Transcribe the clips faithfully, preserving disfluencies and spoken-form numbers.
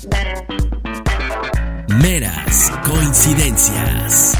Meras coincidencias.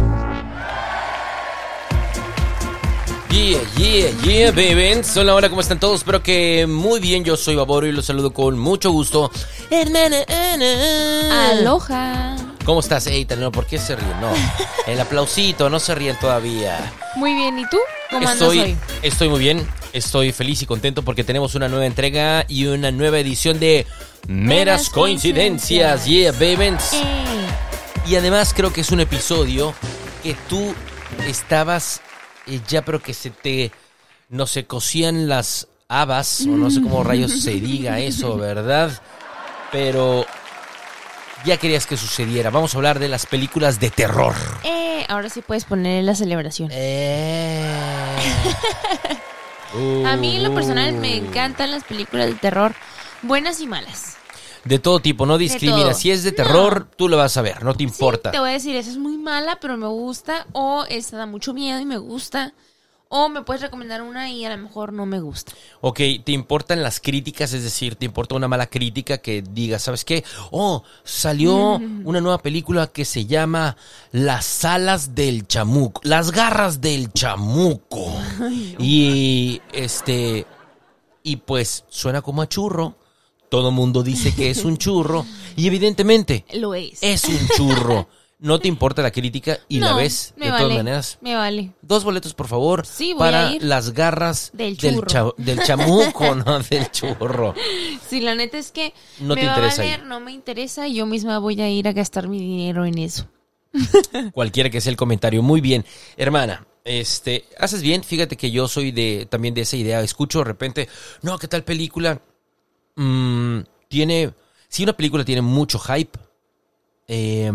Yeah, yeah, yeah, baby. Hola, hola, ¿cómo están todos? Espero que muy bien. Yo soy Baboro y los saludo con mucho gusto. Hermana Ana. Aloha. ¿Cómo estás? Ey, no, ¿por qué se ríen? No, el aplausito, no se ríen todavía. Muy bien, ¿y tú? ¿Cómo estoy, andas hoy? Estoy muy bien, estoy feliz y contento porque tenemos una nueva entrega y una nueva edición de Meras, Meras Coincidencias. coincidencias. Yeah, baby. Eh. Y además creo que es un episodio que tú estabas eh, ya, pero que se te, no se cocían las habas, o no sé cómo rayos se diga eso, ¿verdad? Pero ya querías que sucediera. Vamos a hablar de las películas de terror. Eh, ahora sí puedes poner la celebración. Eh. uh, A mí en lo personal me encantan las películas de terror, buenas y malas. De todo tipo, no discrimina. Si es de terror, no. Tú lo vas a ver, no te importa. Sí, te voy a decir, esa es muy mala, pero me gusta. O esta da mucho miedo y me gusta. O me puedes recomendar una y a lo mejor no me gusta. Ok, ¿te importan las críticas? Es decir, ¿te importa una mala crítica que diga, ¿sabes qué? Oh, salió mm. una nueva película que se llama Las alas del chamuco. Las garras del chamuco. Ay, no. Y este... Y pues suena como a churro. Todo mundo dice que es un churro. Y evidentemente... Lo es. Es un churro. No te importa la crítica y no, la ves de vale, todas maneras. Me vale. Dos boletos, por favor, sí, voy para a ir. Las garras del, del, cha, del chamuco, no del churro. Sí, la neta es que no me te va interesa a valer, ir. No me interesa y yo misma voy a ir a gastar mi dinero en eso. Cualquiera que sea el comentario. Muy bien, hermana. Este, haces bien. Fíjate que yo soy de también de esa idea. Escucho de repente, no, ¿qué tal película? Mm, tiene, si una película tiene mucho hype, eh,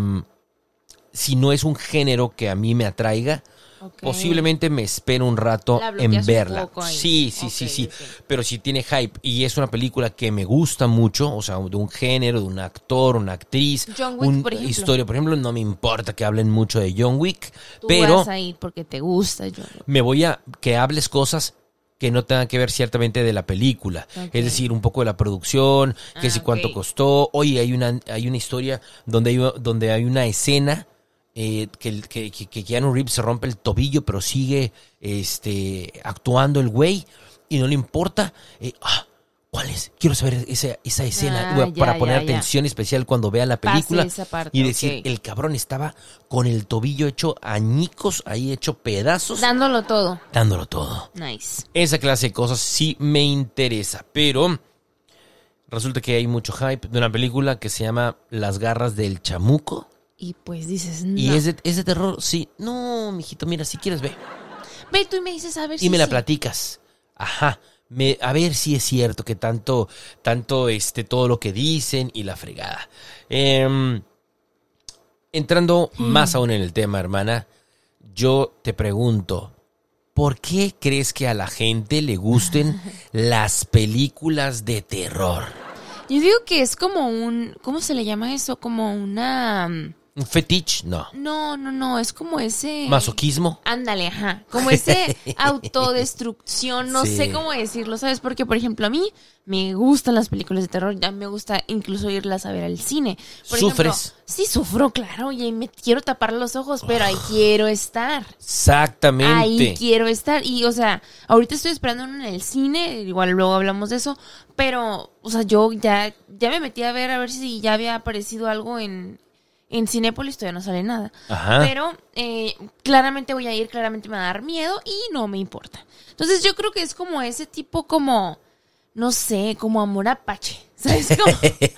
si no es un género que a mí me atraiga, okay, posiblemente me espero un rato en verla. Sí, sí, okay, sí, sí. Okay. Pero si tiene hype y es una película que me gusta mucho, o sea, de un género, de un actor, una actriz, John Wick, una por ejemplo. historia, por ejemplo, no me importa que hablen mucho de John Wick, Tú pero vas a ir porque te gusta John Wick. Me voy a que hables cosas que no tengan que ver ciertamente de la película, okay, es decir, un poco de la producción, que ah, si cuánto okay. costó. Oye, hay una hay una historia donde hay donde hay una escena Eh, que, que, que Keanu Reeves se rompe el tobillo, pero sigue este, actuando el güey y no le importa. Eh, ah, ¿Cuál es? Quiero saber esa, esa escena ah, para ya, poner ya, atención ya. especial cuando vea la película parte, y decir, okay. el cabrón estaba con el tobillo hecho añicos, ahí hecho pedazos. Dándolo todo. Dándolo todo. Nice. Esa clase de cosas sí me interesa, pero resulta que hay mucho hype de una película que se llama Las garras del chamuco. Y pues dices, no. ¿Y es de, es de terror? Sí. No, mijito, mira, si quieres, ve. Ve tú y me dices, a ver si Y me la sí. platicas. Ajá. Me, a ver si es cierto que tanto, tanto, este, todo lo que dicen y la fregada. Eh, entrando hmm. más aún en el tema, hermana, yo te pregunto, ¿por qué crees que a la gente le gusten las películas de terror? Yo digo que es como un, ¿cómo se le llama eso? Como una... ¿Un fetiche? No. No, no, no, es como ese... ¿Masoquismo? Ándale, ajá. Como ese autodestrucción, no sí. sé cómo decirlo, ¿sabes? Porque, por ejemplo, a mí me gustan las películas de terror, ya me gusta incluso irlas a ver al cine. Por ¿Sufres? Ejemplo, sí, sufro, claro, y me quiero tapar los ojos, pero ahí quiero estar. Exactamente. Ahí quiero estar. Y, o sea, ahorita estoy esperando en el cine, igual luego hablamos de eso, pero, o sea, yo ya, ya me metí a ver a ver si ya había aparecido algo en... En Cinépolis todavía no sale nada. Ajá. Pero eh, claramente voy a ir, claramente me va a dar miedo y no me importa. Entonces yo creo que es como ese tipo como, no sé, como amor apache. ¿Sabes cómo?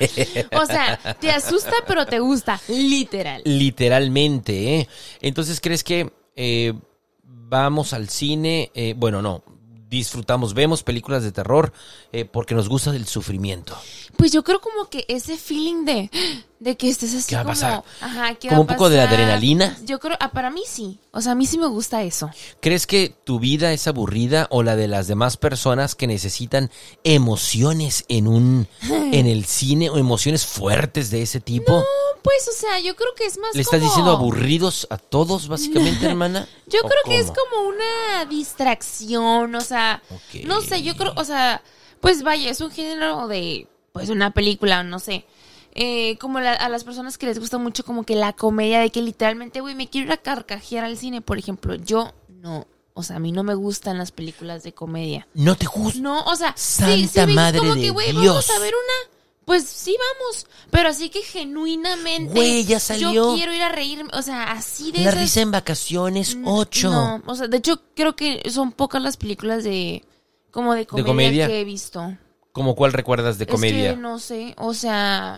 O sea, te asusta pero te gusta, literal. Literalmente, ¿eh? Entonces, ¿crees que eh, vamos al cine? Eh, bueno, no. Disfrutamos, vemos películas de terror eh, porque nos gusta el sufrimiento. Pues yo creo como que ese feeling de, de que estés así ¿Qué va a como... pasar? Ajá, ¿qué como va un a poco de pasar? adrenalina. Yo creo, ah, para mí sí. O sea, a mí sí me gusta eso. ¿Crees que tu vida es aburrida o la de las demás personas que necesitan emociones en un en el cine o emociones fuertes de ese tipo? No, pues, o sea, yo creo que es más ¿Le estás como... diciendo aburridos a todos, básicamente, hermana? Yo creo cómo? que es como una distracción, o sea, okay. no sé, yo creo, o sea, pues vaya, es un género de, pues una película, no sé, eh, como la, a las personas que les gusta mucho como que la comedia, de que literalmente, güey, me quiero ir a carcajear al cine, por ejemplo. Yo no, o sea, a mí no me gustan las películas de comedia. ¿No te gusta? No, o sea, Santa sí, sí, madre como de que, güey, Dios. vamos a ver una... Pues sí, vamos. Pero así que genuinamente. Güey, ya salió. Yo quiero ir a reírme. O sea, así de La esas- risa en vacaciones, ocho. No, o sea, de hecho, creo que son pocas las películas de. Como de comedia, comedia? que he visto. ¿Cómo cuál recuerdas de comedia? Es que no sé. O sea.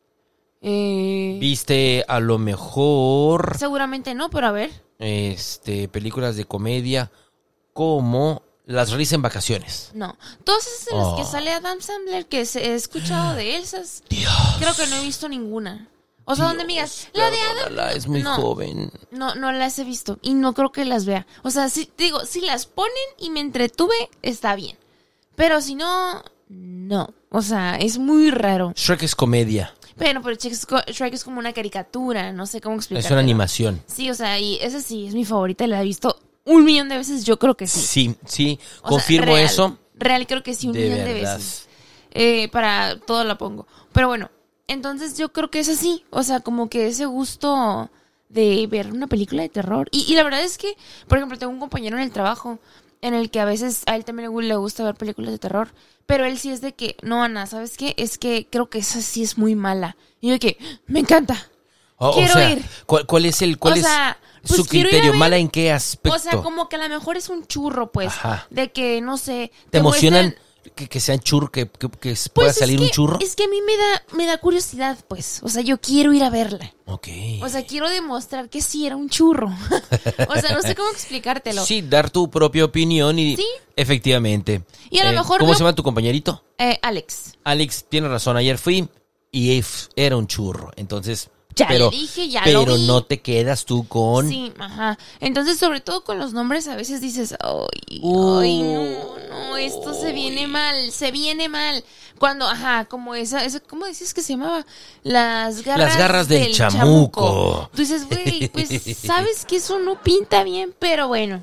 Eh, ¿Viste a lo mejor seguramente no, pero a ver. este películas de comedia como Las risas en vacaciones? No. Todas esas en las Oh. que sale Adam Sandler, que se- he escuchado de esas. Dios. Creo que no he visto ninguna. O sea, donde me digas, la de Adam. Perdónala, es muy no. joven. No, no las he visto y no creo que las vea. O sea, si digo, si las ponen y me entretuve, está bien. Pero si no, no. O sea, es muy raro. Shrek es comedia, Pero, pero Shrek es, co- Shrek es como una caricatura, no sé cómo explicarlo. es una animación. Sí, o sea, y esa sí es mi favorita, la he visto un millón de veces, yo creo que sí. Sí, sí, O sea, confirmo real, eso. Real, creo que sí, un De millón de verdad. veces. Eh, para todo la pongo. Pero bueno, entonces yo creo que es así. O sea, como que ese gusto de ver una película de terror. Y, y la verdad es que, por ejemplo, tengo un compañero en el trabajo en el que a veces a él también le gusta ver películas de terror. Pero él sí es de que, no, Ana, ¿sabes qué? Es que creo que esa sí es muy mala. Y yo de que, me encanta. O, o quiero sea, ir. ¿cuál, cuál es el cuál O es sea, pues su quiero ir a criterio? ver- ¿Mala en qué aspecto? O sea, como que a lo mejor es un churro, pues. Ajá. De que, no sé. ¿Te emocionan muestran- que, que sean churro, que, que, que Pues pueda es salir que- un churro? Es que a mí me da, me da curiosidad, pues. O sea, yo quiero ir a verla. Ok. O sea, quiero demostrar que sí era un churro. O sea, no sé cómo explicártelo. Sí, dar tu propia opinión y Sí. efectivamente. Y a lo Eh, mejor ¿Cómo lo- se llama tu compañerito? Eh, Alex. Alex tiene razón, ayer fui y f- era un churro, entonces... Ya pero, le dije, ya lo Pero vi. no te quedas tú con... Sí, ajá. Entonces, sobre todo con los nombres, a veces dices, ay, Uy. ay, no, no, esto se viene mal, se viene mal. Cuando, ajá, como esa, esa ¿cómo decías que se llamaba? Las garras, Las garras del chamuco. Tú dices, güey, pues, sabes que eso no pinta bien, pero bueno,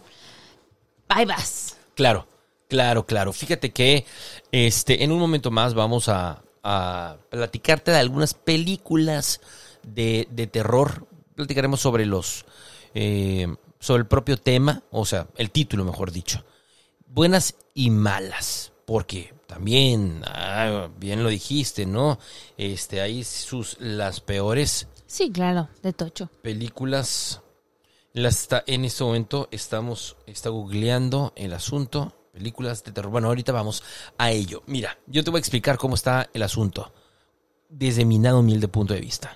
ahí vas. Claro, claro, claro. Fíjate que este, en un momento más vamos a, a platicarte de algunas películas de, de terror. Platicaremos sobre los eh, sobre el propio tema, o sea, el título, mejor dicho. Buenas y malas, porque también, ah, bien lo dijiste, ¿no? Este, hay sus las peores Sí, claro, de tocho. películas. Las está, en este momento estamos está googleando el asunto, películas de terror. Bueno, ahorita vamos a ello. Mira, yo te voy a explicar cómo está el asunto desde mi nada humilde punto de vista.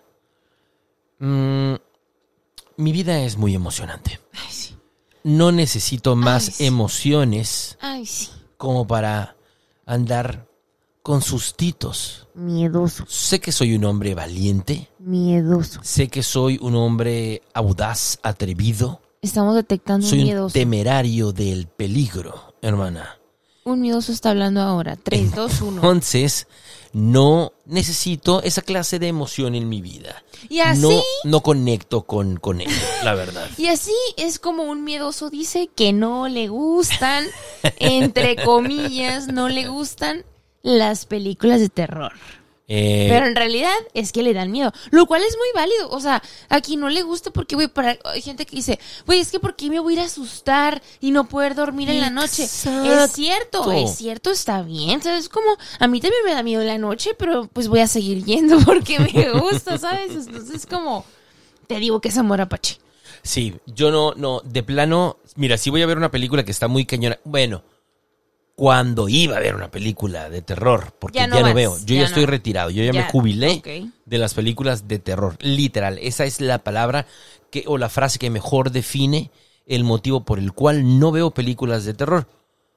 Mm, mi vida es muy emocionante. Ay, sí. No necesito más Ay, sí. emociones Ay, sí. como para andar con sustitos. Miedoso, Sé que soy un hombre valiente. miedoso. Sé que soy un hombre audaz, atrevido. Estamos detectando Soy un un miedoso. temerario del peligro, hermana. Un miedoso está hablando ahora. tres, dos, uno. Entonces, no necesito esa clase de emoción en mi vida. Y así, No, no conecto con, con ello, la verdad. y así es como un miedoso dice que no le gustan, entre comillas, no le gustan las películas de terror. Eh, Pero en realidad es que le dan miedo, lo cual es muy válido. O sea, aquí no le gusta porque, güey, para hay gente que dice, güey, es que ¿por qué me voy a ir a asustar y no poder dormir en la noche? Exacto. Es cierto, es cierto, está bien, ¿sabes? Como a mí también me da miedo en la noche, pero pues voy a seguir yendo porque me gusta, ¿sabes? Entonces como, te digo que es amor apache. sí, yo no, no, de plano, mira, si voy a ver una película que está muy cañona, bueno, cuando iba a ver una película de terror, porque Ya ya no no, vas, veo, yo ya, ya estoy no. retirado, yo ya, Ya, me jubilé ok. de las películas de terror, literal, esa es la palabra que o la frase que mejor define el motivo por el cual no veo películas de terror.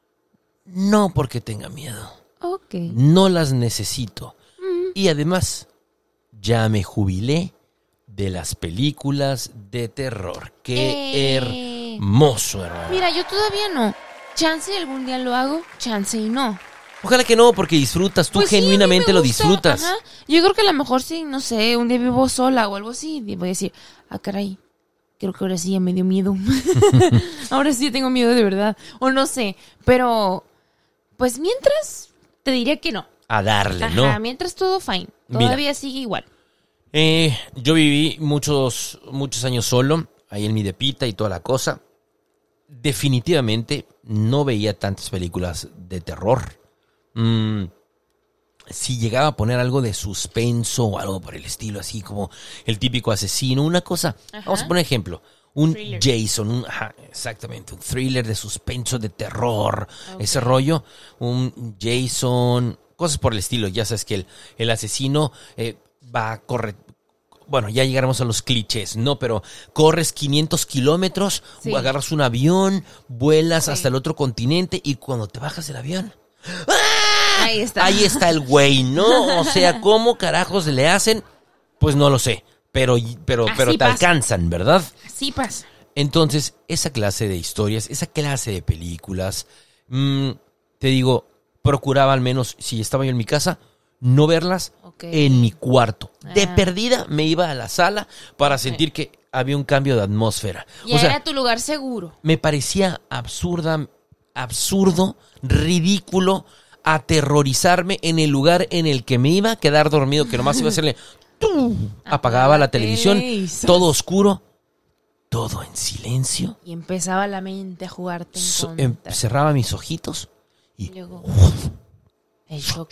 No porque tenga miedo, Ok. no las necesito. Y además, ya me jubilé de las películas de terror. Qué Eh. hermoso, hermano. Mira, yo todavía no. Chance algún día lo hago, chance y no. Ojalá que no, porque disfrutas, tú Pues sí, a mí genuinamente me lo gusta, disfrutas. ajá. Yo creo que a lo mejor sí, no sé, un día vivo sola o algo así, y voy a decir, ah, caray, creo que ahora sí ya me dio miedo. Ahora sí tengo miedo de verdad. O no sé, pero pues mientras te diría que no. a darle, Ajá, ¿no? mientras todo fine. Mira. Todavía sigue igual. Eh, yo viví muchos, muchos años solo, ahí en mi depita y toda la cosa. Definitivamente no veía tantas películas de terror. Mm, si llegaba a poner algo de suspenso o algo por el estilo, así como el típico asesino, una cosa. Ajá. Vamos a poner ejemplo. Un Thriller. Jason, un, ajá, exactamente, un thriller de suspenso, de terror, Ok. ese rollo. Un Jason, cosas por el estilo. Ya sabes que el, el asesino eh, va a correr. Bueno, ya llegaremos a los clichés, ¿no? Pero corres quinientos kilómetros, Sí. agarras un avión, vuelas Sí. hasta el otro continente y cuando te bajas del avión, Ahí está. ahí está el güey, ¿no? O sea, ¿cómo carajos le hacen? Pues no lo sé, pero, pero, Así pero te pasa. alcanzan, ¿verdad? Así pasa. Entonces, esa clase de historias, esa clase de películas, mmm, te digo, procuraba al menos, si estaba yo en mi casa, no verlas Ok. en mi cuarto. De Ah. perdida me iba a la sala para Ok. sentir que había un cambio de atmósfera. Ya o sea, era tu lugar seguro. me parecía absurda, absurdo, ridículo, aterrorizarme en el lugar en el que me iba a quedar dormido, que nomás iba a hacerle... ¡tum! Apagaba la televisión, tele y ¡zas! todo oscuro, todo en silencio. Y empezaba la mente a jugarte en So- em- contra. cerraba mis ojitos Y y... luego, el choque.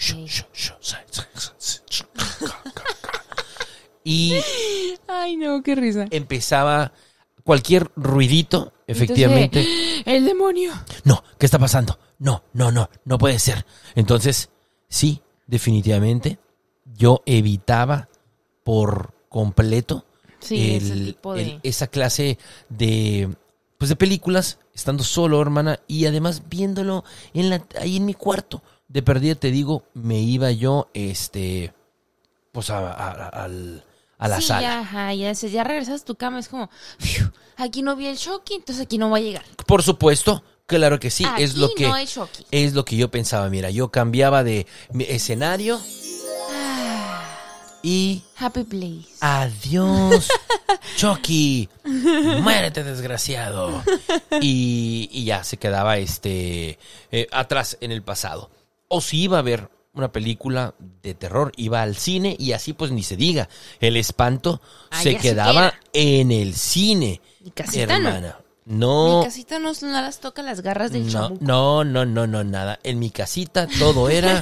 Y Ay, no, qué risa. empezaba cualquier ruidito, efectivamente. Entonces, el demonio. No, ¿qué está pasando? No, no, no, no puede ser. Entonces, sí, definitivamente, yo evitaba por completo Sí, ese el- tipo de... el- esa clase de, pues de películas, estando solo, hermana, y además viéndolo en la, ahí en mi cuarto. De perdida, te digo, me iba yo, este, pues a, a- al- a la sí, sala. ya, ajá, ya, se- ya regresas a tu cama, es como, "Fiu, aquí no vi el Shoki, entonces aquí no va a llegar. Por supuesto, claro que sí, aquí es lo que no hay Shoki. es lo que yo pensaba. Mira, yo cambiaba de mi escenario y Happy place. adiós, Chucky, muérete desgraciado. Y, y ya se quedaba este eh, atrás en el pasado. O si iba a ver una película de terror, iba al cine y así pues ni se diga. El espanto Ah, se ya se quedaba queda. en el cine, Mi casita no. hermana. No. Mi casita no, no las toca las garras del No, chamuco. no, no, no, no, nada. En mi casita todo era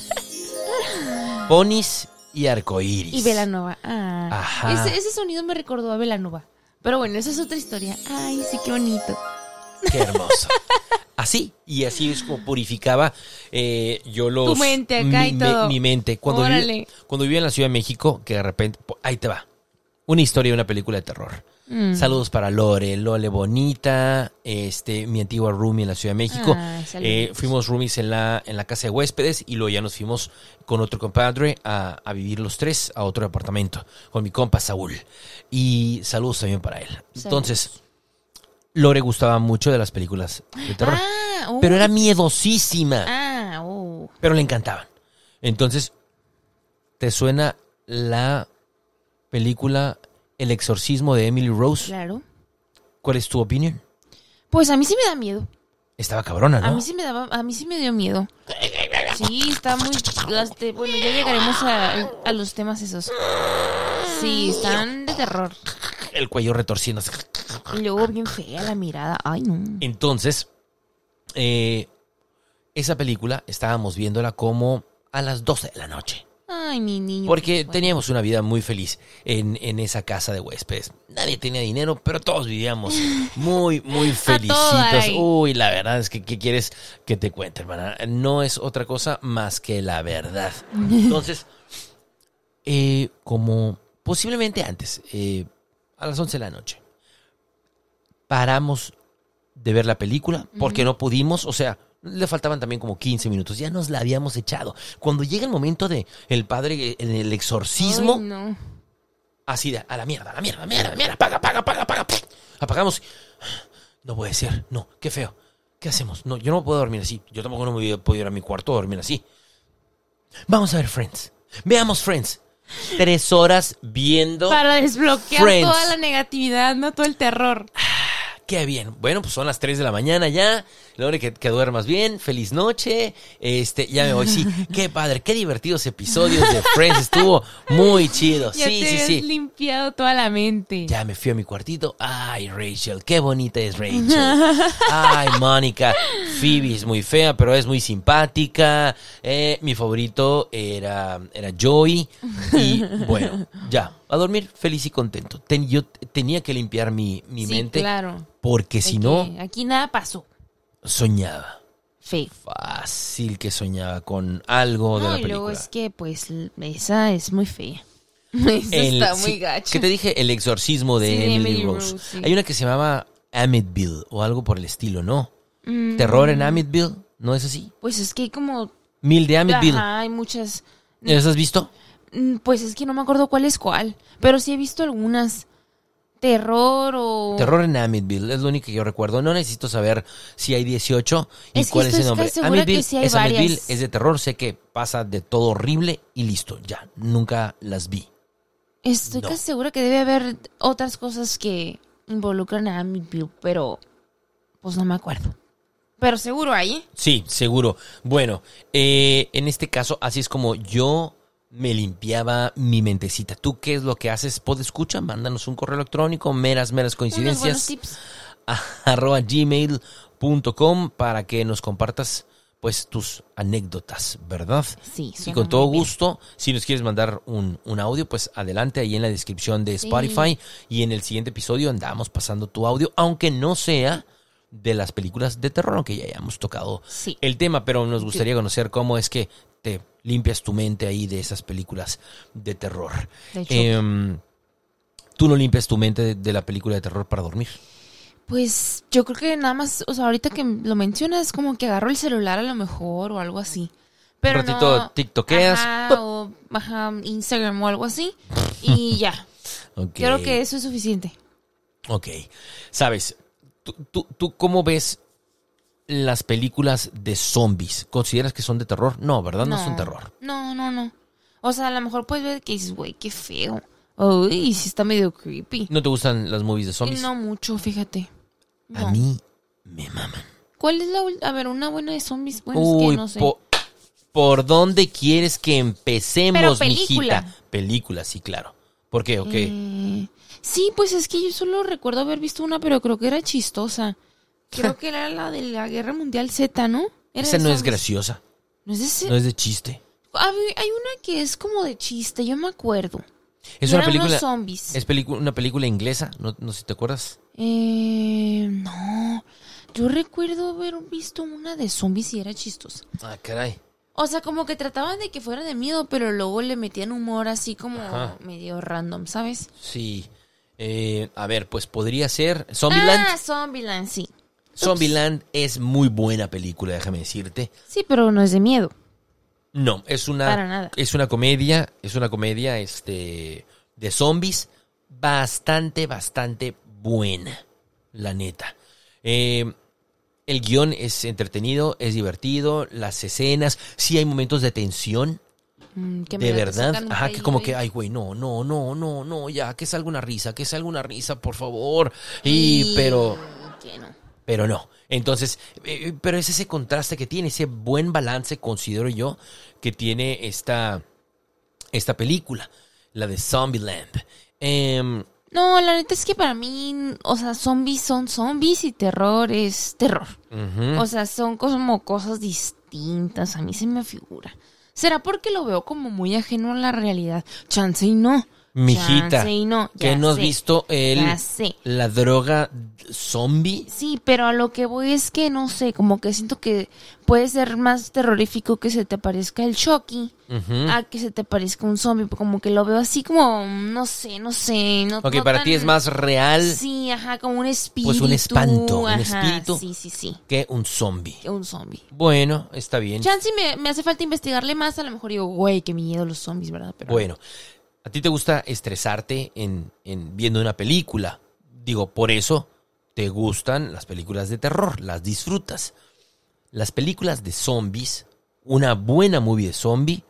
ponis y arcoíris. Y Belanova. Ah, Ajá. Ese, ese sonido me recordó a Belanova. Pero bueno, esa es otra historia. Ay, sí, qué bonito. Qué hermoso. Así, y así es como purificaba eh, yo los... Tu mente acá y mi, me- todo. mi mente. Cuando Órale. vivía, cuando vivía en la Ciudad de México, que de repente... po- Ahí te va. Una historia de una película de terror. Mm. Saludos para Lore, Lole Bonita, este, mi antigua roomie en la Ciudad de México. Ay, saludos. Eh, fuimos roomies en la, en la casa de huéspedes y luego ya nos fuimos con otro compadre a, a vivir los tres a otro departamento, con mi compa Saúl. Y saludos también para él. Entonces, Lore gustaba mucho de las películas de terror, Ah, uh, pero era miedosísima, Ah, uh. pero le encantaban. Entonces, ¿te suena la película El exorcismo de Emily Rose? Claro. ¿Cuál es tu opinión? Pues a mí sí me da miedo. Estaba cabrona, ¿no? A mí sí me daba, a mí sí me dio miedo. Sí, está muy... las de- bueno, ya llegaremos a, a los temas esos. Sí, están de terror. El cuello retorciéndose. Y luego bien fea la mirada. Ay, no. Entonces, eh, esa película estábamos viéndola como a las doce de la noche. Ay, mi niño. Porque Bueno. teníamos una vida muy feliz en, en esa casa de huéspedes. Nadie tenía dinero, pero todos vivíamos muy, muy felicitos. ahí. Uy, la verdad es que, ¿qué quieres que te cuente, hermana? No es otra cosa más que la verdad. Entonces, eh, como posiblemente antes, eh, a las once de la noche, paramos de ver la película porque no pudimos, o sea, le faltaban también como quince minutos, ya nos la habíamos echado. Cuando llega el momento de el padre en el exorcismo, Ay, no. así de a la mierda, a la mierda, a la mierda, a la mierda, apaga, apaga, apaga, apaga. pff, Apagamos. No puede ser, no, qué feo. ¿Qué hacemos? No, yo no puedo dormir así. Yo tampoco no me puedo ir a mi cuarto a dormir así. Vamos a ver Friends. Veamos Friends. Tres horas viendo. Para desbloquear Friends. toda la negatividad, no todo el terror. Qué bien. Bueno, pues son las tres de la mañana ya. Lore, que, que duermas bien, feliz noche. Este, ya me voy, sí. Qué padre, qué divertidos episodios de Friends. Estuvo muy chido. Ya Sí, te sí, has sí. limpiado toda la mente. Ya me fui a mi cuartito. Ay, Rachel, qué bonita es Rachel. Ay, Mónica. Phoebe es muy fea, pero es muy simpática. Eh, mi favorito era, era Joey. Y bueno, ya, a dormir feliz y contento. Ten- yo tenía que limpiar mi, mi Sí, mente claro. porque si De no, que Aquí nada pasó. soñaba. Feo. Fácil que soñaba con algo de No, la y luego película. es que, pues, l- esa es muy fea. Esa El- está sí, muy gacha. ¿Qué te dije? El exorcismo de Sí, de Emily, Emily Rose. Rose, sí. Hay una que se llamaba Amityville o algo por el estilo, ¿no? Mm, Terror en Amityville, ¿no es así? Pues es que hay como... Mil de Amityville. Ajá, hay muchas... ¿Las has visto? Mm, Pues es que no me acuerdo cuál es cuál. Pero sí he visto algunas. Terror o... Terror en Amityville, es lo único que yo recuerdo. No necesito saber si hay dieciocho y Es que cuál es el estoy nombre. casi segura Amityville que sí hay es Amityville, varias. es de terror, sé que pasa de todo horrible y listo, ya, nunca las vi. Estoy No. casi segura que debe haber otras cosas que involucran a Amityville, pero pues no me acuerdo. Pero seguro hay, ¿eh? Sí, seguro. Bueno, eh, en este caso, así es como yo me limpiaba mi mentecita. ¿Tú qué es lo que haces? ¿Pod escucha? Mándanos un correo electrónico, meras, meras Unos buenos coincidencias, tips. a- arroba gmail punto com para que nos compartas pues tus anécdotas, ¿verdad? Sí, Y suena con todo muy bien. gusto, si nos quieres mandar un, un audio, pues adelante ahí en la descripción de Spotify. Y en el siguiente episodio andamos pasando tu audio, aunque no sea de las películas de terror, aunque ya hayamos tocado Sí. el tema, pero nos gustaría conocer cómo es que te limpias tu mente ahí de esas películas de terror. De hecho. Em, ¿Tú no limpias tu mente de, de la película de terror para dormir? Pues yo creo que nada más, o sea, ahorita que lo mencionas, como que agarro el celular a lo mejor o algo así. Pero Un ratito no, tiktokeas. Ajá, o ajá, Instagram o algo así. Y ya. Ok. Creo que eso es suficiente. Ok. Sabes, ¿tú, tú, tú cómo ves las películas de zombies? ¿Consideras que son de terror? No, ¿verdad? No, son terror. No, no, no. O sea, a lo mejor puedes ver que dices, güey, qué feo. Uy, sí está medio creepy. ¿No te gustan las movies de Y zombies? no mucho, fíjate. A No. mí me maman. ¿Cuál es la ul- A ver, una buena de zombies? Bueno, Uy, es que no sé. po- ¿por dónde quieres que empecemos, Pero película. mijita? Película, sí, claro. ¿Por qué? Ok. Eh, sí, pues es que yo solo recuerdo haber visto una, pero creo que era chistosa. Creo que era la de la Guerra Mundial Z, ¿no? Era Esa de no es zombies. graciosa. No es de ese- No es de chiste. A ver, hay una que es como de chiste, yo me acuerdo. Es Y una eran unos película. zombies. Es pelicu- una película inglesa. No, no sé si te acuerdas. Eh, no. Yo recuerdo haber visto una de zombies y era chistosa. Ah, caray. O sea, como que trataban de que fuera de miedo, pero luego le metían humor así como Ajá. medio random, ¿sabes? Sí. Eh, a ver, pues podría ser. Zombieland. Ah, Zombieland, sí. Zombieland es muy buena película, déjame decirte. Sí, pero no es de miedo. No, es una Para nada. es una comedia, es una comedia este de zombies bastante bastante buena, la neta. Eh, el guión es entretenido, es divertido, las escenas, sí hay momentos de tensión, Mm, que de medio te verdad, sacan un ajá, que pedillo como ahí. que ay güey, no, no, no, no, no, ya, que salga una risa, que salga una risa, por favor. Y pero Que no. pero no. Entonces, eh, pero es ese contraste que tiene, ese buen balance, considero yo, que tiene esta, esta película, la de Zombieland. Em, No, la neta es que para mí, o sea, zombies son zombies y terror es terror. ujú. O sea, son como cosas distintas, a mí se me figura. ¿Será porque lo veo como muy ajeno a la realidad? Chance y no. Mijita, Chance y no. que ya no has sé, visto el, Ya sé. la droga zombie. Sí, pero a lo que voy es que no sé, como que siento que puede ser más terrorífico que se te parezca el Chucky Ujú. a que se te parezca un zombie. Como que lo veo así como, no sé, no sé. No, Ok, no para tan- ti es más real Sí, ajá, como un espíritu. Pues un espanto, un ajá, espíritu. Sí, sí, sí. que un zombie. Que un zombie. Bueno, está bien. Chance me, me hace falta investigarle más, a lo mejor digo, güey, qué miedo los zombies, ¿verdad? Pero Bueno, ¿a ti te gusta estresarte en, en viendo una película? Digo, por eso te gustan las películas de terror, las disfrutas. Las películas de zombies, una buena movie de zombie,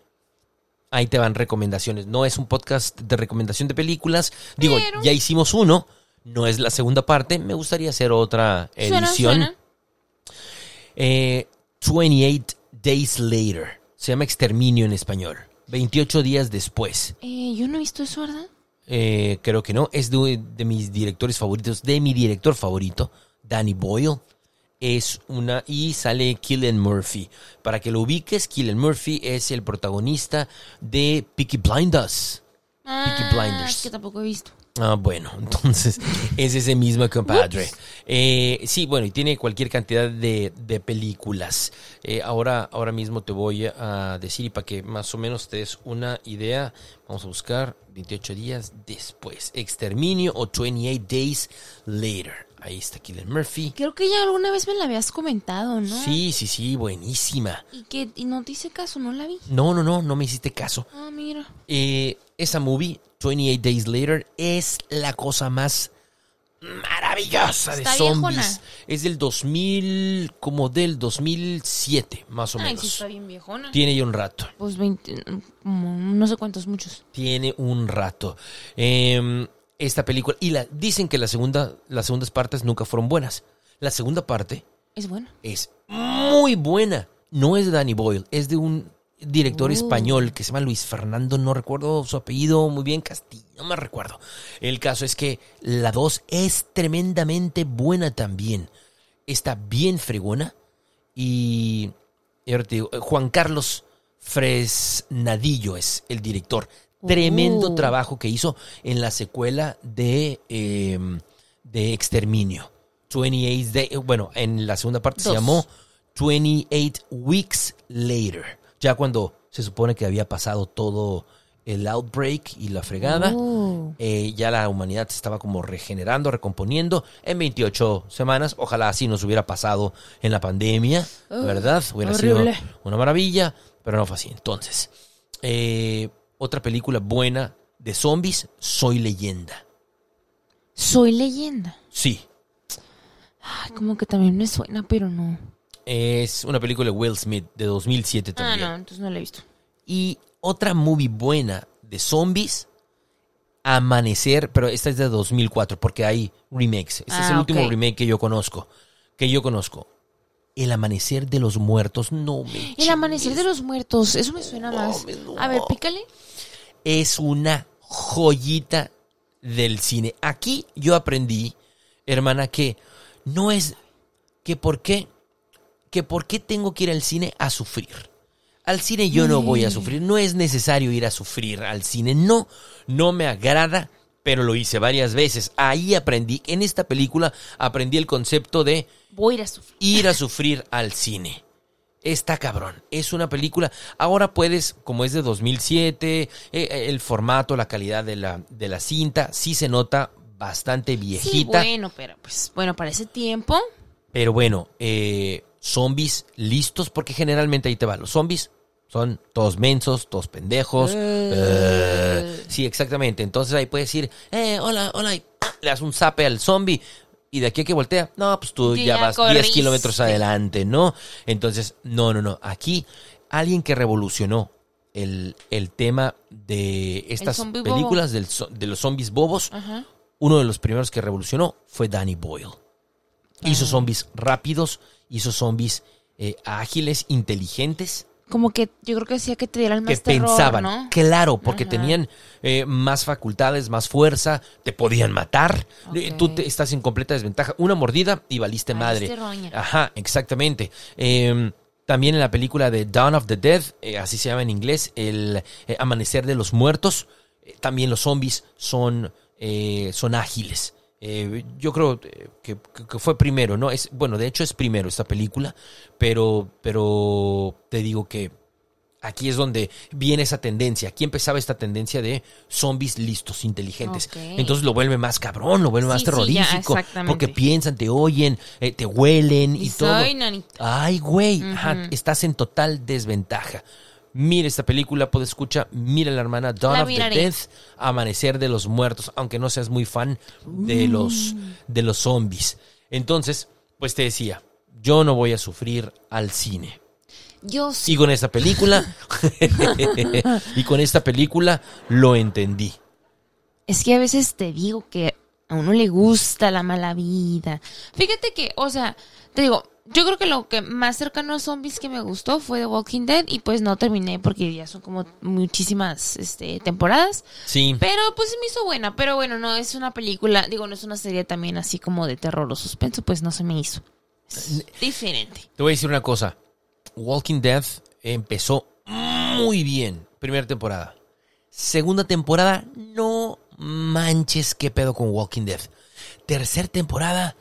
ahí te van recomendaciones. No es un podcast de recomendación de películas. Digo, Pero- ya hicimos uno, no es la segunda parte. Me gustaría hacer otra Suena, edición. suena. Eh, veintiocho Days Later. Se llama Exterminio en español. veintiocho días después. Eh, yo no he visto eso, ¿verdad? Eh, creo que no. Es de, de mis directores favoritos. De mi director favorito, Danny Boyle. Es una... Y sale Cillian Murphy. Para que lo ubiques, Cillian Murphy es el protagonista de Peaky Blinders. Ah, Peaky Blinders. es que tampoco he visto. Ah, bueno, entonces es ese mismo compadre. Eh, sí, bueno, y tiene cualquier cantidad de, de películas. Eh, ahora, ahora mismo te voy a decir, y para que más o menos te des una idea, vamos a buscar veintiocho días después. Exterminio o veintiocho Days Later. Ahí está Cillian Murphy. Creo que ya alguna vez me la habías comentado, ¿no? Sí, sí, sí, buenísima. Y que y no te hice caso, no la vi. No, no, no, no me hiciste caso. Ah, mira. Eh, esa movie, veintiocho Days Later, es la cosa más maravillosa de Está zombies. viejona. Es del dos mil, como del dos mil siete, más o Ay, menos. sí está bien viejona. Tiene ya un rato. Pues veinte, como no sé cuántos, muchos. Tiene un rato. Eh, esta película, y la, dicen que la segunda, las segundas partes nunca fueron buenas. La segunda parte Es bueno. es muy buena. No es de Danny Boyle, es de un director Uh. español que se llama Luis Fernando, no recuerdo su apellido muy bien, Castillo, no me recuerdo. El caso es que la dos es tremendamente buena también. Está bien fregona. Y, y ahora te digo, Juan Carlos Fresnadillo es el director. Tremendo Uh. trabajo que hizo en la secuela de, eh, de Exterminio. veintiocho Day- bueno, en la segunda parte se Dos. llamó veintiocho Weeks Later. Ya cuando se supone que había pasado todo el outbreak y la fregada, Oh. eh, ya la humanidad se estaba como regenerando, recomponiendo en veintiocho semanas. Ojalá así nos hubiera pasado en la pandemia, Oh, ¿verdad? Hubiera horrible. sido una maravilla, pero no fue así. Entonces, eh, otra película buena de zombies, Soy Leyenda. Soy Leyenda. Sí, Ay, como que también me suena, pero no. es una película de Will Smith de dos mil siete Ah, también. no, entonces no la he visto. Y otra movie buena de zombies, Amanecer, pero esta es de dos mil cuatro porque hay remakes. Este Ah, es el último ok. remake que yo conozco. Que yo conozco. El Amanecer de los Muertos, no me El amanecer chingues. de los muertos, eso me suena más. mames, no. A ver, pícale. Es una joyita del cine. Aquí yo aprendí, hermana, que no es... Que por qué... Que por qué tengo que ir al cine a sufrir. Al cine yo no voy a sufrir. No es necesario ir a sufrir al cine. No, no me agrada, pero lo hice varias veces. Ahí aprendí, en esta película aprendí el concepto de Voy a ir a sufrir. ir a sufrir al cine. Está cabrón. Es una película. Ahora puedes, como es de dos mil siete, eh, el formato, la calidad de la, de la cinta, sí se nota bastante Sí, viejita. bueno, pero pues, bueno, para ese tiempo. Pero bueno, eh, zombies listos, porque generalmente ahí te va. Los zombies son todos mensos, todos pendejos. Eh, sí, exactamente. Entonces ahí puedes decir, eh, hola, hola, y le das un zape al zombie. Y de aquí a que voltea, no, pues tú Sí, ya, ya vas diez corriste. kilómetros adelante, ¿no? Entonces, no, no, no. Aquí, alguien que revolucionó el, el tema de estas zombie bobo. películas del zo- de los zombies bobos, Ajá. uno de los primeros que revolucionó fue Danny Boyle. Hizo Ah. zombies rápidos, hizo zombies eh, ágiles, inteligentes, Como que yo creo que decía que te dieran que más terror, pensaban. ¿no? Claro, porque Ajá. tenían eh, más facultades, más fuerza, te podían matar. Eh, Ok. Tú te- estás en completa desventaja. Una mordida y valiste madre. Valiste roña. Ajá, exactamente. Eh, también en la película de Dawn of the Dead, eh, así se llama en inglés, el eh, Amanecer de los Muertos, eh, también los zombies son, eh, son ágiles. Eh, yo creo eh, que, que- que fue primero, ¿no? Es, bueno, de hecho es primero esta película, pero, pero te digo que aquí es donde viene esa tendencia. Aquí empezaba esta tendencia de zombies listos, inteligentes. Ok. Entonces lo vuelve más cabrón, lo vuelve más Sí, sí, ya, terrorífico. exactamente. porque piensan, te oyen, eh, te huelen y, Y todo. soy nanita. Ay, güey, Ujú. ajá, estás en total desventaja. Mira esta película, puedes escuchar, mira la hermana Dawn La of the miraré. Dead, Amanecer de los Muertos, aunque no seas muy fan de los, de los zombies. Entonces, pues te decía, yo no voy a sufrir al cine. Yo sí. Y con esta película, y con esta película lo entendí. Es que a veces te digo que a uno le gusta la mala vida. Fíjate que, o sea, te digo, Yo creo que lo que más cercano a zombies que me gustó fue The Walking Dead y pues no terminé porque ya son como muchísimas este, temporadas. Sí. Pero pues se me hizo buena, pero bueno, no es una película, digo, no es una serie también así como de terror o suspenso, pues no se me hizo. Es diferente. Te voy a decir una cosa. Walking Dead empezó muy bien. Primera temporada. Segunda temporada, no manches qué pedo con Walking Dead. Tercera temporada...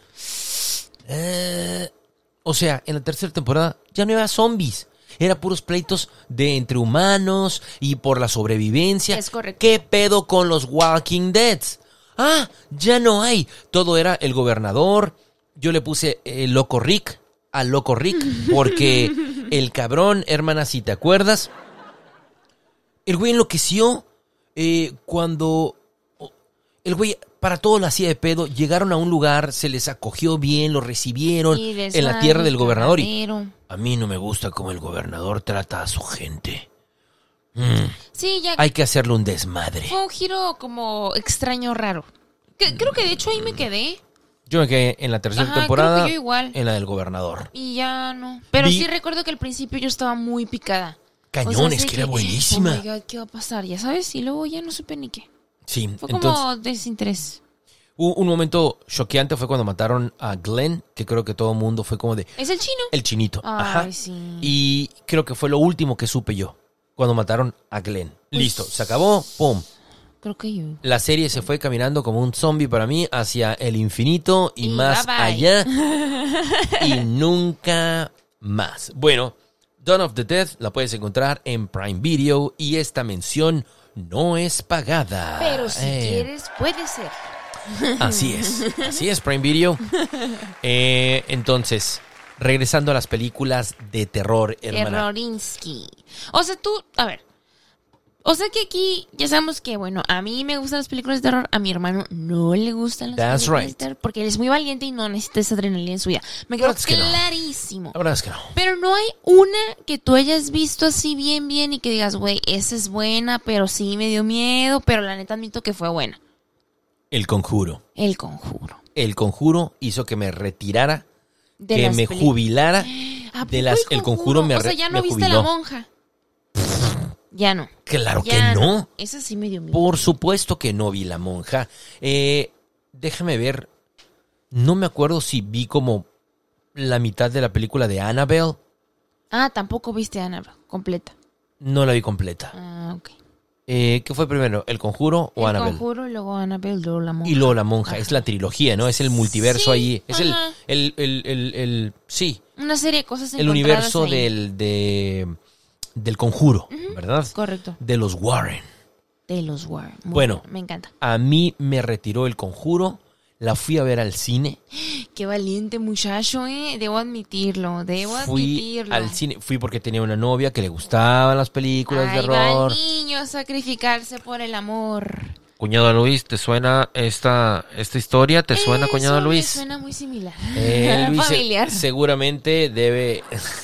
Eh, o sea, en la tercera temporada ya no había zombies. Era puros pleitos de entre humanos y por la sobrevivencia. Es correcto. ¿Qué pedo con los Walking Deads? Ah, ya no hay. Todo era el gobernador. Yo le puse el Loco Rick al Loco Rick porque el cabrón, hermana, si te acuerdas, el güey enloqueció eh, cuando... El güey para todo lo hacía de pedo. Llegaron a un lugar, se les acogió bien, lo recibieron en la tierra del gobernador. Y a mí no me gusta cómo el gobernador trata a su gente. Mm. Sí, ya. Hay que hacerle un desmadre. Fue un giro como extraño, raro. Que, creo que de hecho ahí me quedé. Yo me quedé en la tercera Ajá, temporada, creo que yo igual. en la del gobernador. Y ya no. Pero Vi... sí recuerdo que al principio yo estaba muy picada. Cañones, o sea, que, que era buenísima. Oh my God, ¿qué va a pasar? Ya sabes, y luego ya no supe ni qué. Sí, fue como entonces, desinterés. Un, un momento choqueante fue cuando mataron a Glenn, que creo que todo el mundo fue como de... ¿Es el chino? El chinito. Ay, ajá. Sí. Y creo que fue lo último que supe yo, cuando mataron a Glenn. Pues, listo, se acabó, pum. Creo que yo. La serie se fue caminando como un zombie para mí hacia el infinito y, y más bye bye. allá. Y nunca más. Bueno, Dawn of the Dead la puedes encontrar en Prime Video y esta mención no es pagada. Pero si eh. quieres, puede ser. Así es, así es, Prime Video. Eh, entonces, regresando a las películas de terror, hermana. Terrorinsky. O sea, tú, a ver. O sea que aquí ya sabemos que, bueno, a mí me gustan las películas de terror, a mi hermano no le gustan las That's películas right. de terror, porque él es muy valiente y no necesita esa adrenalina en su vida. Me quedó clarísimo. No. La verdad es que no. Pero no hay una que tú hayas visto así bien, bien y que digas, güey, esa es buena, pero sí me dio miedo, pero la neta admito que fue buena. El Conjuro. El Conjuro. El Conjuro hizo que me retirara, de que me peli- jubilara de las... El Conjuro me, o sea, ya no me viste jubiló. La Monja. Ya no. Claro ya que no. no. Esa sí me dio miedo. Por supuesto que no vi La Monja. Eh, déjame ver. No me acuerdo si vi como la mitad de la película de Annabelle. Ah, tampoco viste Annabelle completa. No la vi completa. Ah, ok. Eh, ¿Qué fue primero? ¿El Conjuro o el Annabelle? El Conjuro y luego Annabelle, luego La Monja. Y luego La Monja. Ajá. Es la trilogía, ¿no? Es el multiverso Sí, ahí. Es el, ajá. el, el, el, el... Sí. Una serie de cosas El encontradas universo ahí. del... De, del Conjuro, Ujú, ¿verdad? Correcto. De los Warren. De los Warren. Muy Bueno. buena, me encanta. A mí me retiró El Conjuro. La fui a ver al cine. Qué valiente muchacho, ¿eh? Debo admitirlo, debo Fui admitirlo. al cine. Fui porque tenía una novia que le gustaban las películas Ahí de va terror. el niño a sacrificarse por el amor. Cuñado Luis, ¿te suena esta, esta historia? ¿Te suena, Eso cuñado me Luis? suena muy similar. Eh, Luis se- Familiar. seguramente debe...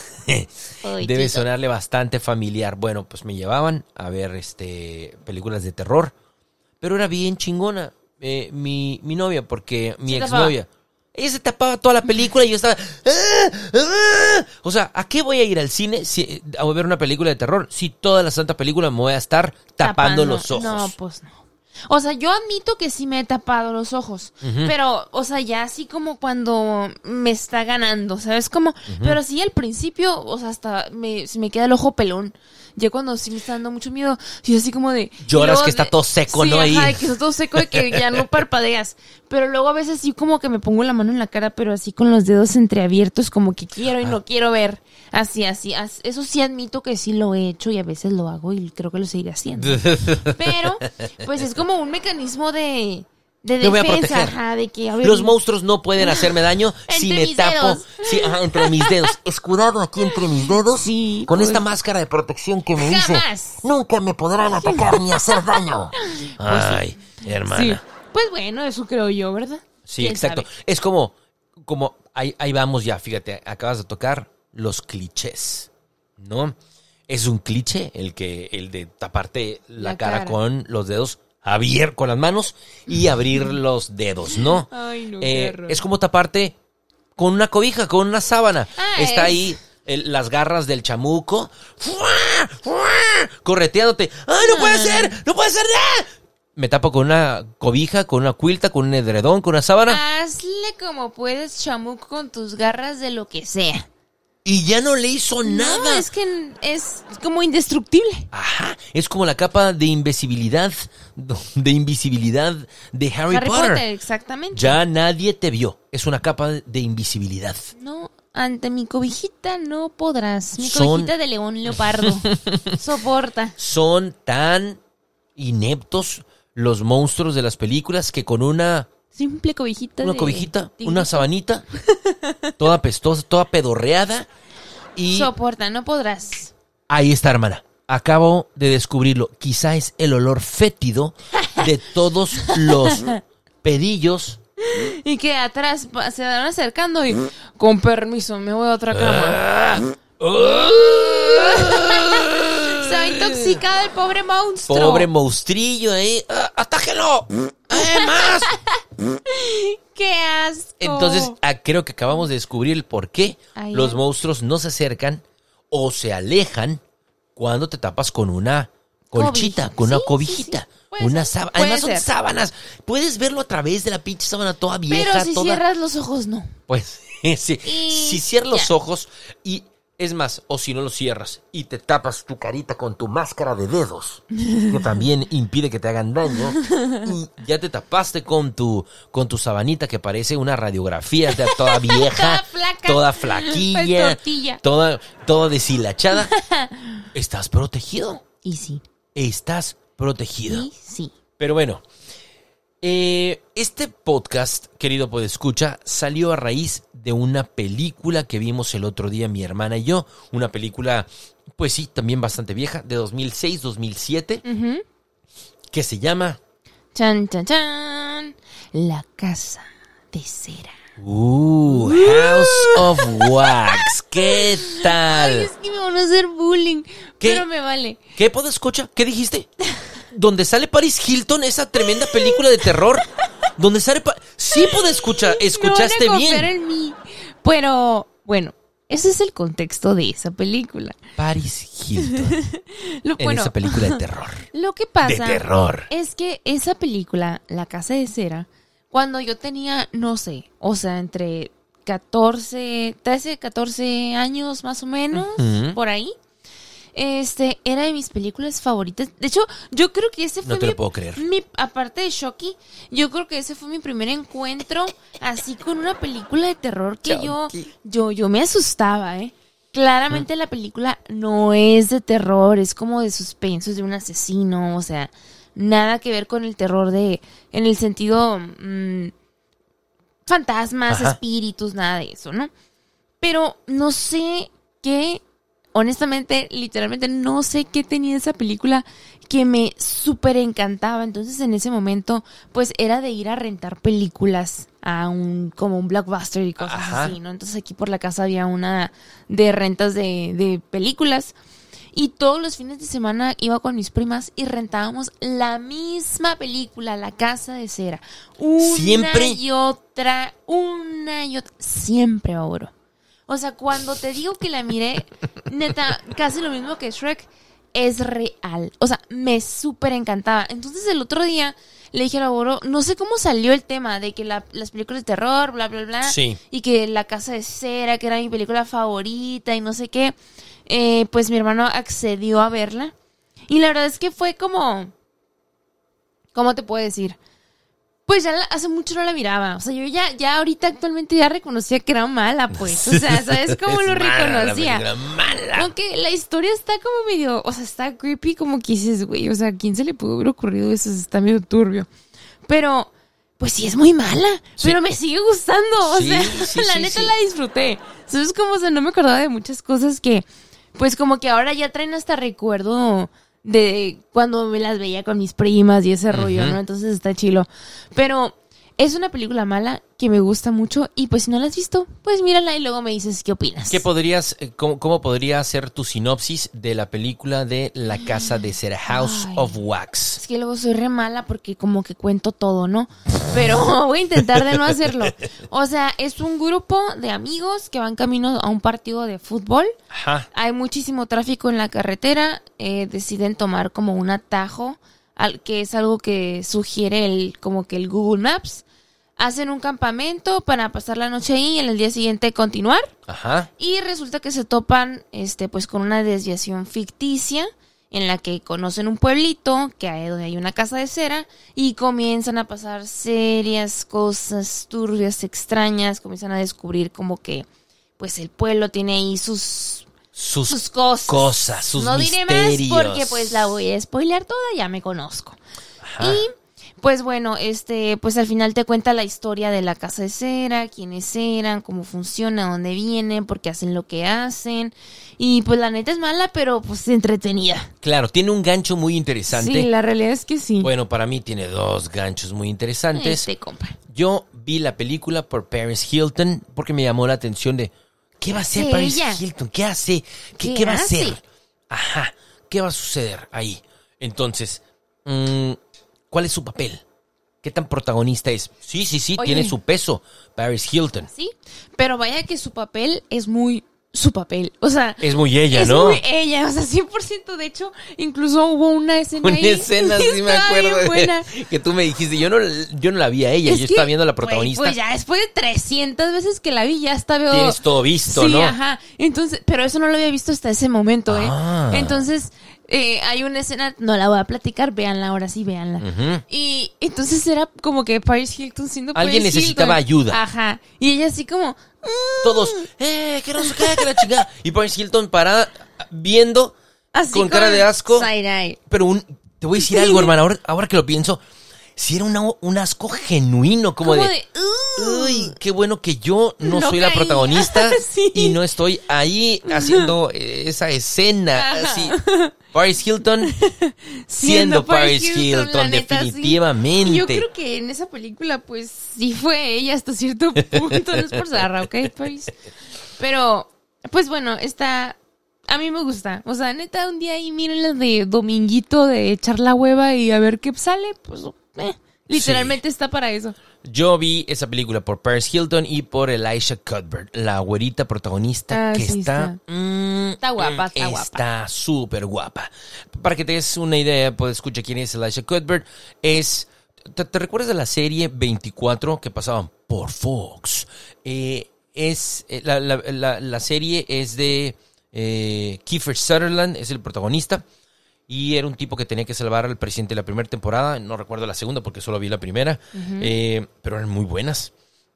Ay, Debe chico. sonarle bastante familiar. Bueno, pues me llevaban a ver este películas de terror. Pero era bien chingona eh, mi, mi novia, porque mi Se exnovia. Ella se tapaba toda la película y yo estaba... ¡Ah! ¡Ah! O sea, ¿a qué voy a ir al cine si, a ver una película de terror si toda la santa película me voy a estar tapando, los ojos? No, pues no. O sea, yo admito que sí me he tapado los ojos, Ujú. pero, o sea, ya así como cuando me está ganando, ¿sabes? Como, pero sí al principio, o sea, hasta me, se me queda el ojo pelón. Ya cuando sí me está dando mucho miedo, y así como de... Lloras y luego que está de- todo seco, sí, ¿no? Ahí. Ajá, de que está todo seco y que ya no parpadeas. Pero luego a veces sí como que me pongo la mano en la cara, pero así con los dedos entreabiertos, como que quiero y Ah. no quiero ver. Así, así, as- eso sí admito que sí lo he hecho y a veces lo hago y creo que lo seguiré haciendo. Pero, pues es como un mecanismo de, de Me voy a defensa, proteger. ajá, de que a ver, Los monstruos no pueden hacerme daño si Entre me mis tapo. dedos. Sí, ajá, entre mis dedos. Escudado aquí entre mis dedos. Sí, Con pues. esta máscara de protección que me hice. Jamás. Nunca me podrán atacar ni hacer daño. Ay, sí. hermana. Pues bueno, eso creo yo, ¿verdad? Sí, ¿Quién exacto. sabe? Es como, como ahí, ahí vamos ya, fíjate, acabas de tocar los clichés, ¿no? Es un cliché el que, el de taparte la, La cara, cara. con los dedos abiertos, con las manos y abrir los dedos, ¿no? Ay, no, qué Eh, horror. es como taparte con una cobija, con una sábana. Ah, Está es- ahí el- las garras del chamuco, ¡fua! ¡fua! Correteándote. ¡Ay, no puede ser! ¡No puede ser! ¡Ah! Me tapo con una cobija, con una quilta, con un edredón, con una sábana. Hazle como puedes, chamuco, con tus garras de lo que sea. Y ya no le hizo No, nada. es que es como indestructible. Ajá, es como la capa de invisibilidad, de invisibilidad de Harry, Harry Potter. Potter, exactamente. Ya nadie te vio. Es una capa de invisibilidad. No, ante mi cobijita no podrás. Mi Son- cobijita de león leopardo. Soporta. Son tan ineptos los monstruos de las películas que con una, Simple cobijita una de cobijita, tigre. una sabanita, toda pestosa, toda pedorreada. Y Soporta, no podrás. ahí está, hermana. Acabo de descubrirlo. Quizá es el olor fétido de todos los pedillos. Y que atrás pa- se van acercando y... Con permiso, me voy a otra cama. Se va intoxicado el pobre monstruo. Pobre monstrillo ahí. ¡Ah, ¡Atájelo! ¡Eh, más! ¡Qué asco! Entonces, ah, creo que acabamos de descubrir el por qué Ahí los es. monstruos no se acercan o se alejan cuando te tapas con una colchita, Cobija. con una Sí, cobijita, sí, sí. Puede una ser, sábana. puede Además son ser. sábanas. Puedes verlo a través de la pinche sábana toda vieja, Pero si toda. cierras los ojos, no. Pues sí. Y Si cierras los ya. ojos y es más, o si no los cierras y te tapas tu carita con tu máscara de dedos, que también impide que te hagan daño, y ya te tapaste con tu con tu sabanita que parece una radiografía, ya toda vieja, Toda flaca. toda Pues flaquilla, tortilla. toda toda deshilachada, estás protegido, Y sí. estás protegido. Y sí. Pero bueno, eh, este podcast, querido podescucha, salió a raíz de una película que vimos el otro día mi hermana y yo. Una película, pues sí, también bastante vieja, de dos mil seis, dos mil siete, Ujú. que se llama... Chan, chan, chan. La casa de cera. Uh, House of Wax. ¿Qué Ay, tal? es que me van a hacer bullying. ¿Qué? Pero me vale. ¿Qué podescucha? ¿Qué dijiste? ¿Dónde sale Paris Hilton, esa tremenda película de terror? ¿Dónde sale Pa- Sí, podescucha, escuchaste Me van a bien. confiar en mí. Pero, bueno, ese es el contexto de esa película. Paris Hilton. Lo, En bueno, esa película de terror. lo que pasa De terror. es que esa película, La Casa de Cera, cuando yo tenía, no sé, o sea, entre catorce, trece, catorce años más o menos, Ujú. por ahí, este, era de mis películas favoritas. De hecho, yo creo que ese fue No te mi, lo puedo creer. mi- aparte de Shocky, yo creo que ese fue mi primer encuentro así con una película de terror que yo, Chucky. yo, yo me asustaba, ¿eh? Claramente la película no es de terror, es como de suspenso, es de un asesino, o sea, nada que ver con el terror de, en el sentido mm, fantasmas, Ajá. espíritus, nada de eso, ¿no? Pero no sé qué, honestamente, literalmente no sé qué tenía esa película que me súper encantaba. Entonces en ese momento, pues era de ir a rentar películas a un, como un Blockbuster y cosas Ajá. así, ¿no? Entonces aquí por la casa había una de rentas de, de películas. Y todos los fines de semana iba con mis primas y rentábamos la misma película, La Casa de Cera. Una ¿Siempre? y otra, una y otra. Siempre, Auro. O sea, cuando te digo que la miré, neta, casi lo mismo que Shrek, es real. O sea, me súper encantaba. Entonces el otro día le dije a Auro, no sé cómo salió el tema de que la- las películas de terror, bla, bla, bla. Sí. Y que La Casa de Cera, que era mi película favorita y no sé qué. Eh, pues mi hermano accedió a verla. Y la verdad es que fue como... ¿Cómo te puedo decir? Pues ya la- hace mucho no la miraba. O sea, yo ya, ya ahorita actualmente ya reconocía que era mala, pues. O sea, ¿sabes cómo Es lo mala la reconocía? película, mala. Aunque la historia está como medio... O sea, está creepy como que dices, güey. O sea, ¿a quién se le pudo haber ocurrido eso? Está medio turbio. Pero... Pues sí, es muy mala, Sí. pero me sigue gustando. O Sí, sea, sí, la sí, neta sí. la disfruté. ¿Sabes cómo? O sea, no me acordaba de muchas cosas que, pues como que ahora ya traen hasta recuerdo de cuando me las veía con mis primas y ese rollo, Ujú. ¿no? Entonces está chilo. Pero Es una película mala que me gusta mucho y pues si no la has visto, pues mírala y luego me dices qué opinas. ¿Qué podrías, eh, cómo, cómo podría ser tu sinopsis de la película de La Casa de Cera, House Ay. of Wax? Es que luego soy re mala porque como que cuento todo, ¿no? Pero voy a intentar de no hacerlo. O sea, es un grupo de amigos que van camino a un partido de fútbol. Ajá. Hay muchísimo tráfico en la carretera. Eh, deciden tomar como un atajo, al, que es algo que sugiere el, como que el Google Maps. Hacen un campamento para pasar la noche ahí y en el día siguiente continuar. Ajá. Y resulta que se topan este, pues con una desviación ficticia en la que conocen un pueblito que hay, donde hay una casa de cera y comienzan a pasar serias cosas turbias, extrañas. Comienzan a descubrir como que pues el pueblo tiene ahí sus, Sus, sus cosas. cosas, sus no misterios. diré más porque pues la voy a spoilear toda, ya me conozco. Ajá. Y pues bueno, este, pues al final te cuenta la historia de la casa de cera, quiénes eran, cómo funciona, dónde vienen, por qué hacen lo que hacen. Y pues la neta es mala, pero pues entretenida. Claro, tiene un gancho muy interesante. Sí, la realidad es que sí. Bueno, para mí tiene dos ganchos muy interesantes. Este, compa. Yo vi la película por Paris Hilton porque me llamó la atención de ¿qué va a hacer Sí, Paris ella. Hilton? ¿Qué hace? ¿Qué, ¿Qué qué va a hace? hacer? Ajá, ¿qué va a suceder ahí? Entonces, mmm, ¿cuál es su papel? ¿Qué tan protagonista es? Sí, sí, sí, Oye. tiene su peso Paris Hilton. Sí, pero vaya que su papel es muy su papel. O sea, Es muy ella, es ¿no? muy ella, o sea, cien por ciento. De hecho, incluso hubo una escena Una ahí. escena, sí me Estaba bien acuerdo, buena. que tú me dijiste, yo no, yo no la vi a ella, Es yo que, estaba viendo a la güey, protagonista. Pues ya después de trescientas veces que la vi, ya hasta veo... Tienes todo visto, sí, ¿no? ajá. Entonces, pero eso no lo había visto hasta ese momento, ¿eh? Ah. Entonces, eh, hay una escena, no la voy a platicar, véanla ahora sí, véanla. Ujú. Y entonces era como que Paris Hilton siendo Alguien Paris necesitaba Hilton. ayuda. Ajá. Y ella así como... Todos, eh, que no sé qué, que la chingada. Y Paris Hilton parada, viendo, Así con cara de asco. side-eye. Pero un, te voy a decir algo, hermano, ahora, ahora que lo pienso, si era una- un asco genuino, como, Como de, de, "Uh". uy, qué bueno que yo no, No soy la caía. protagonista Sí. y no estoy ahí haciendo eh, esa escena. Ajá. Así, Paris Hilton siendo Paris Hilton, la neta, sí. definitivamente. Y yo creo que en esa película, pues, sí fue ella hasta cierto punto. No es por Zarra, ¿ok, Paris? Pero, pues bueno, está... A mí me gusta. O sea, neta, un día ahí mírenla de dominguito de echar la hueva y a ver qué sale. Pues, eh, literalmente está para eso. Yo vi esa película por Paris Hilton y por Elisha Cuthbert, la güerita protagonista Ah, que sí, está... está. mm, Está guapa, mm, está guapa. Está súper guapa. Para que te des una idea, pues escucha quién es Elisha Cuthbert. Es... ¿Te, te recuerdas de la serie veinticuatro que pasaban por Fox? Eh, es... eh, La, la, la, la serie es de... Eh, Kiefer Sutherland, es el protagonista. Y era un tipo que tenía que salvar al presidente de la primera temporada. No recuerdo la segunda porque solo vi la primera. Uh-huh. eh, pero eran muy buenas.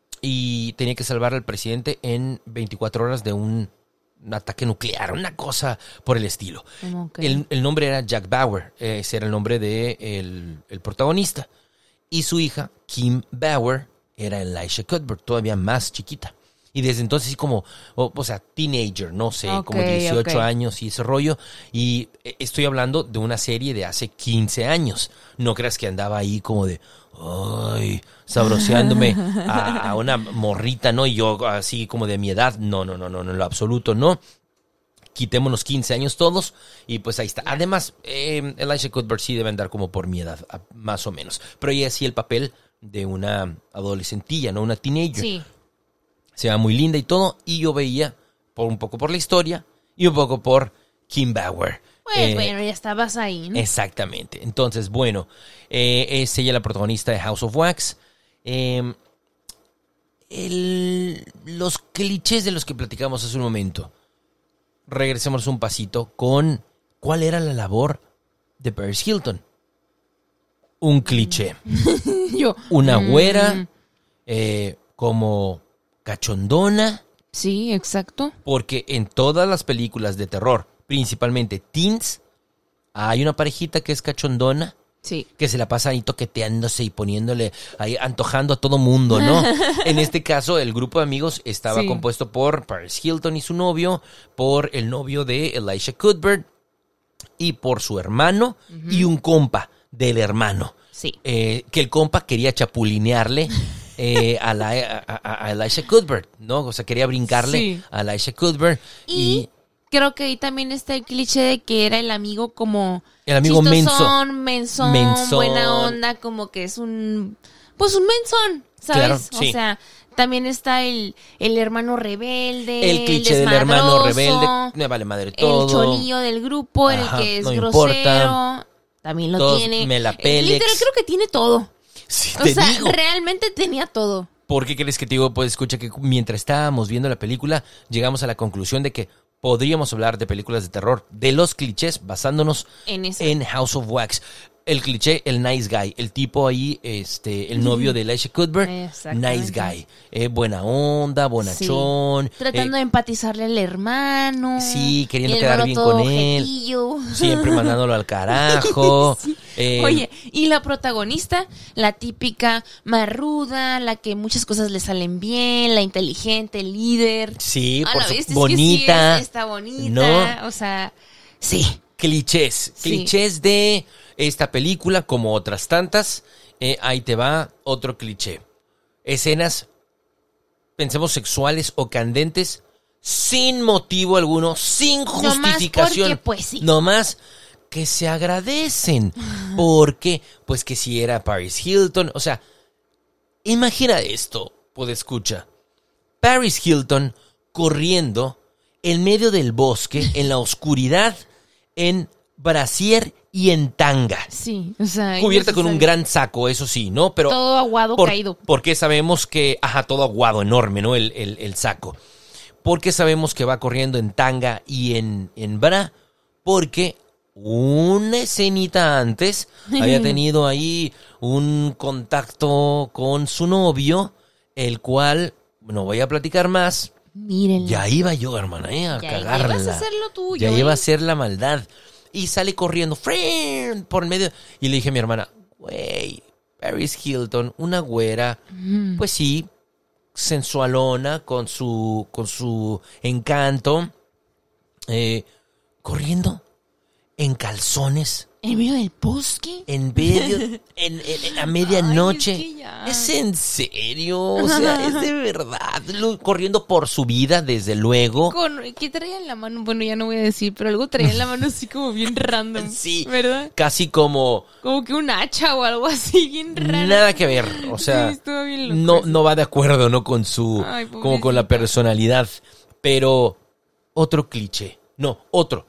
Y tenía que salvar al presidente en veinticuatro horas de un, un ataque nuclear. Una cosa por el estilo. Okay. El, el nombre era Jack Bauer. Ese era el nombre del de el protagonista. Y su hija, Kim Bauer, era Elisha Cuthbert, todavía más chiquita. Y desde entonces sí como, o, o sea, teenager, no sé, okay, como dieciocho okay. años y ese rollo. Y estoy hablando de una serie de hace quince años. No creas que andaba ahí como de, ay, sabroseándome a, a una morrita, ¿no? Y yo así como de mi edad. No, no, no, no, no, en lo absoluto, no. Quitémonos quince años todos y pues ahí está. Además, eh, Elisha Cuthbert sí debe andar como por mi edad, más o menos. Pero ella sí el papel de una adolescentilla, ¿no? Una teenager. Sí. Se ve muy linda y todo. Y yo veía por un poco por la historia y un poco por Kim Bauer. Pues eh, bueno, ya estabas ahí, ¿no? Exactamente. Entonces, bueno, eh, es ella la protagonista de House of Wax. Eh, el, los clichés de los que platicamos hace un momento. Regresemos un pasito con cuál era la labor de Paris Hilton. Un cliché. Yo. Una mm, güera eh, como cachondona. Sí, exacto. Porque en todas las películas de terror, principalmente teens, hay una parejita que es cachondona. Sí. Que se la pasa ahí toqueteándose y poniéndole, ahí antojando a todo mundo, ¿no? En este caso, el grupo de amigos estaba sí. compuesto por Paris Hilton y su novio, por el novio de Elisha Cuthbert y por su hermano uh-huh. y un compa del hermano. Sí. eh, que el compa quería chapulinearle eh, a, la, a, a, a Elisha Cuthbert, ¿no? O sea, quería brincarle Sí. a Elisha Cuthbert Y, y, creo que ahí también está el cliché de que era el amigo como... el amigo chistosón, menso. mensón, Mensón. buena onda, como que es un... Pues un mensón, ¿sabes? Claro, sí. O sea, también está el, el hermano rebelde, El cliché del hermano desmadroso, rebelde, me vale madre todo. el cholillo del grupo, Ajá, el que es no grosero, importa. también lo Todos tiene. me la Eh, pelex. Literal, creo que tiene todo. Sí, O te sea, digo. realmente tenía todo. ¿Por qué crees que te digo? Pues escucha que mientras estábamos viendo la película, llegamos a la conclusión de que podríamos hablar de películas de terror, de los clichés, basándonos En eso. en House of Wax. El cliché, el nice guy, el tipo ahí, este, el novio de Elisha Cuthbert, Exactamente. nice guy, eh, buena onda, bonachón, Sí. Tratando eh, de empatizarle al hermano. Sí, queriendo y el quedar hermano bien todo con él. ojetillo. siempre mandándolo al carajo. eh, Oye, y la protagonista, la típica marruda, la que muchas cosas le salen bien, la inteligente, el líder. sí, A por la su, vez, es que sí bonita, es- está bonita, ¿no? o sea, sí. clichés, Sí. clichés de esta película, como otras tantas. Eh, ahí te va otro cliché. Escenas, pensemos, sexuales o candentes, sin motivo alguno, sin Nomás justificación. porque, pues, sí. Nomás que se agradecen. Porque, pues que si era Paris Hilton, o sea, imagina esto, pues escucha. Paris Hilton corriendo en medio del bosque, en la oscuridad, en brasier y en tanga. Sí, o sea. Cubierta con un innecesario. gran saco, eso sí, ¿no? Pero Todo aguado, por- caído. Porque sabemos que, ajá, todo aguado, enorme, ¿no? El, el, el saco. Porque sabemos que va corriendo en tanga y en, en bra. Porque una escenita antes había tenido ahí un contacto con su novio, el cual, no voy a platicar más. Mírenla. Ya iba yo, hermana, ¿eh? A Ya cagarla. ibas a hacer lo tuyo, Ya ¿eh? iba a hacer la maldad. Y sale corriendo ¡frin! Por medio. Y le dije a mi hermana, güey, Paris Hilton, una güera, Mm. pues sí, sensualona, con su, con su encanto, eh, corriendo en calzones. ¿En medio del bosque? En medio, en, en- en- a medianoche. Ay, es que ya. ¿Es en serio? O sea, es de verdad. Lo- corriendo por su vida, desde luego. Con, ¿qué traía en la mano? Bueno, ya no voy a decir, pero algo traía en la mano así como bien random. Sí. ¿Verdad? Casi como Como que un hacha o algo así, bien raro. nada que ver. O sea, Sí, estuvo bien loco no, eso. no va de acuerdo, ¿no? Con su, Ay, como con la pobrecita. personalidad. Pero otro cliché. No, otro.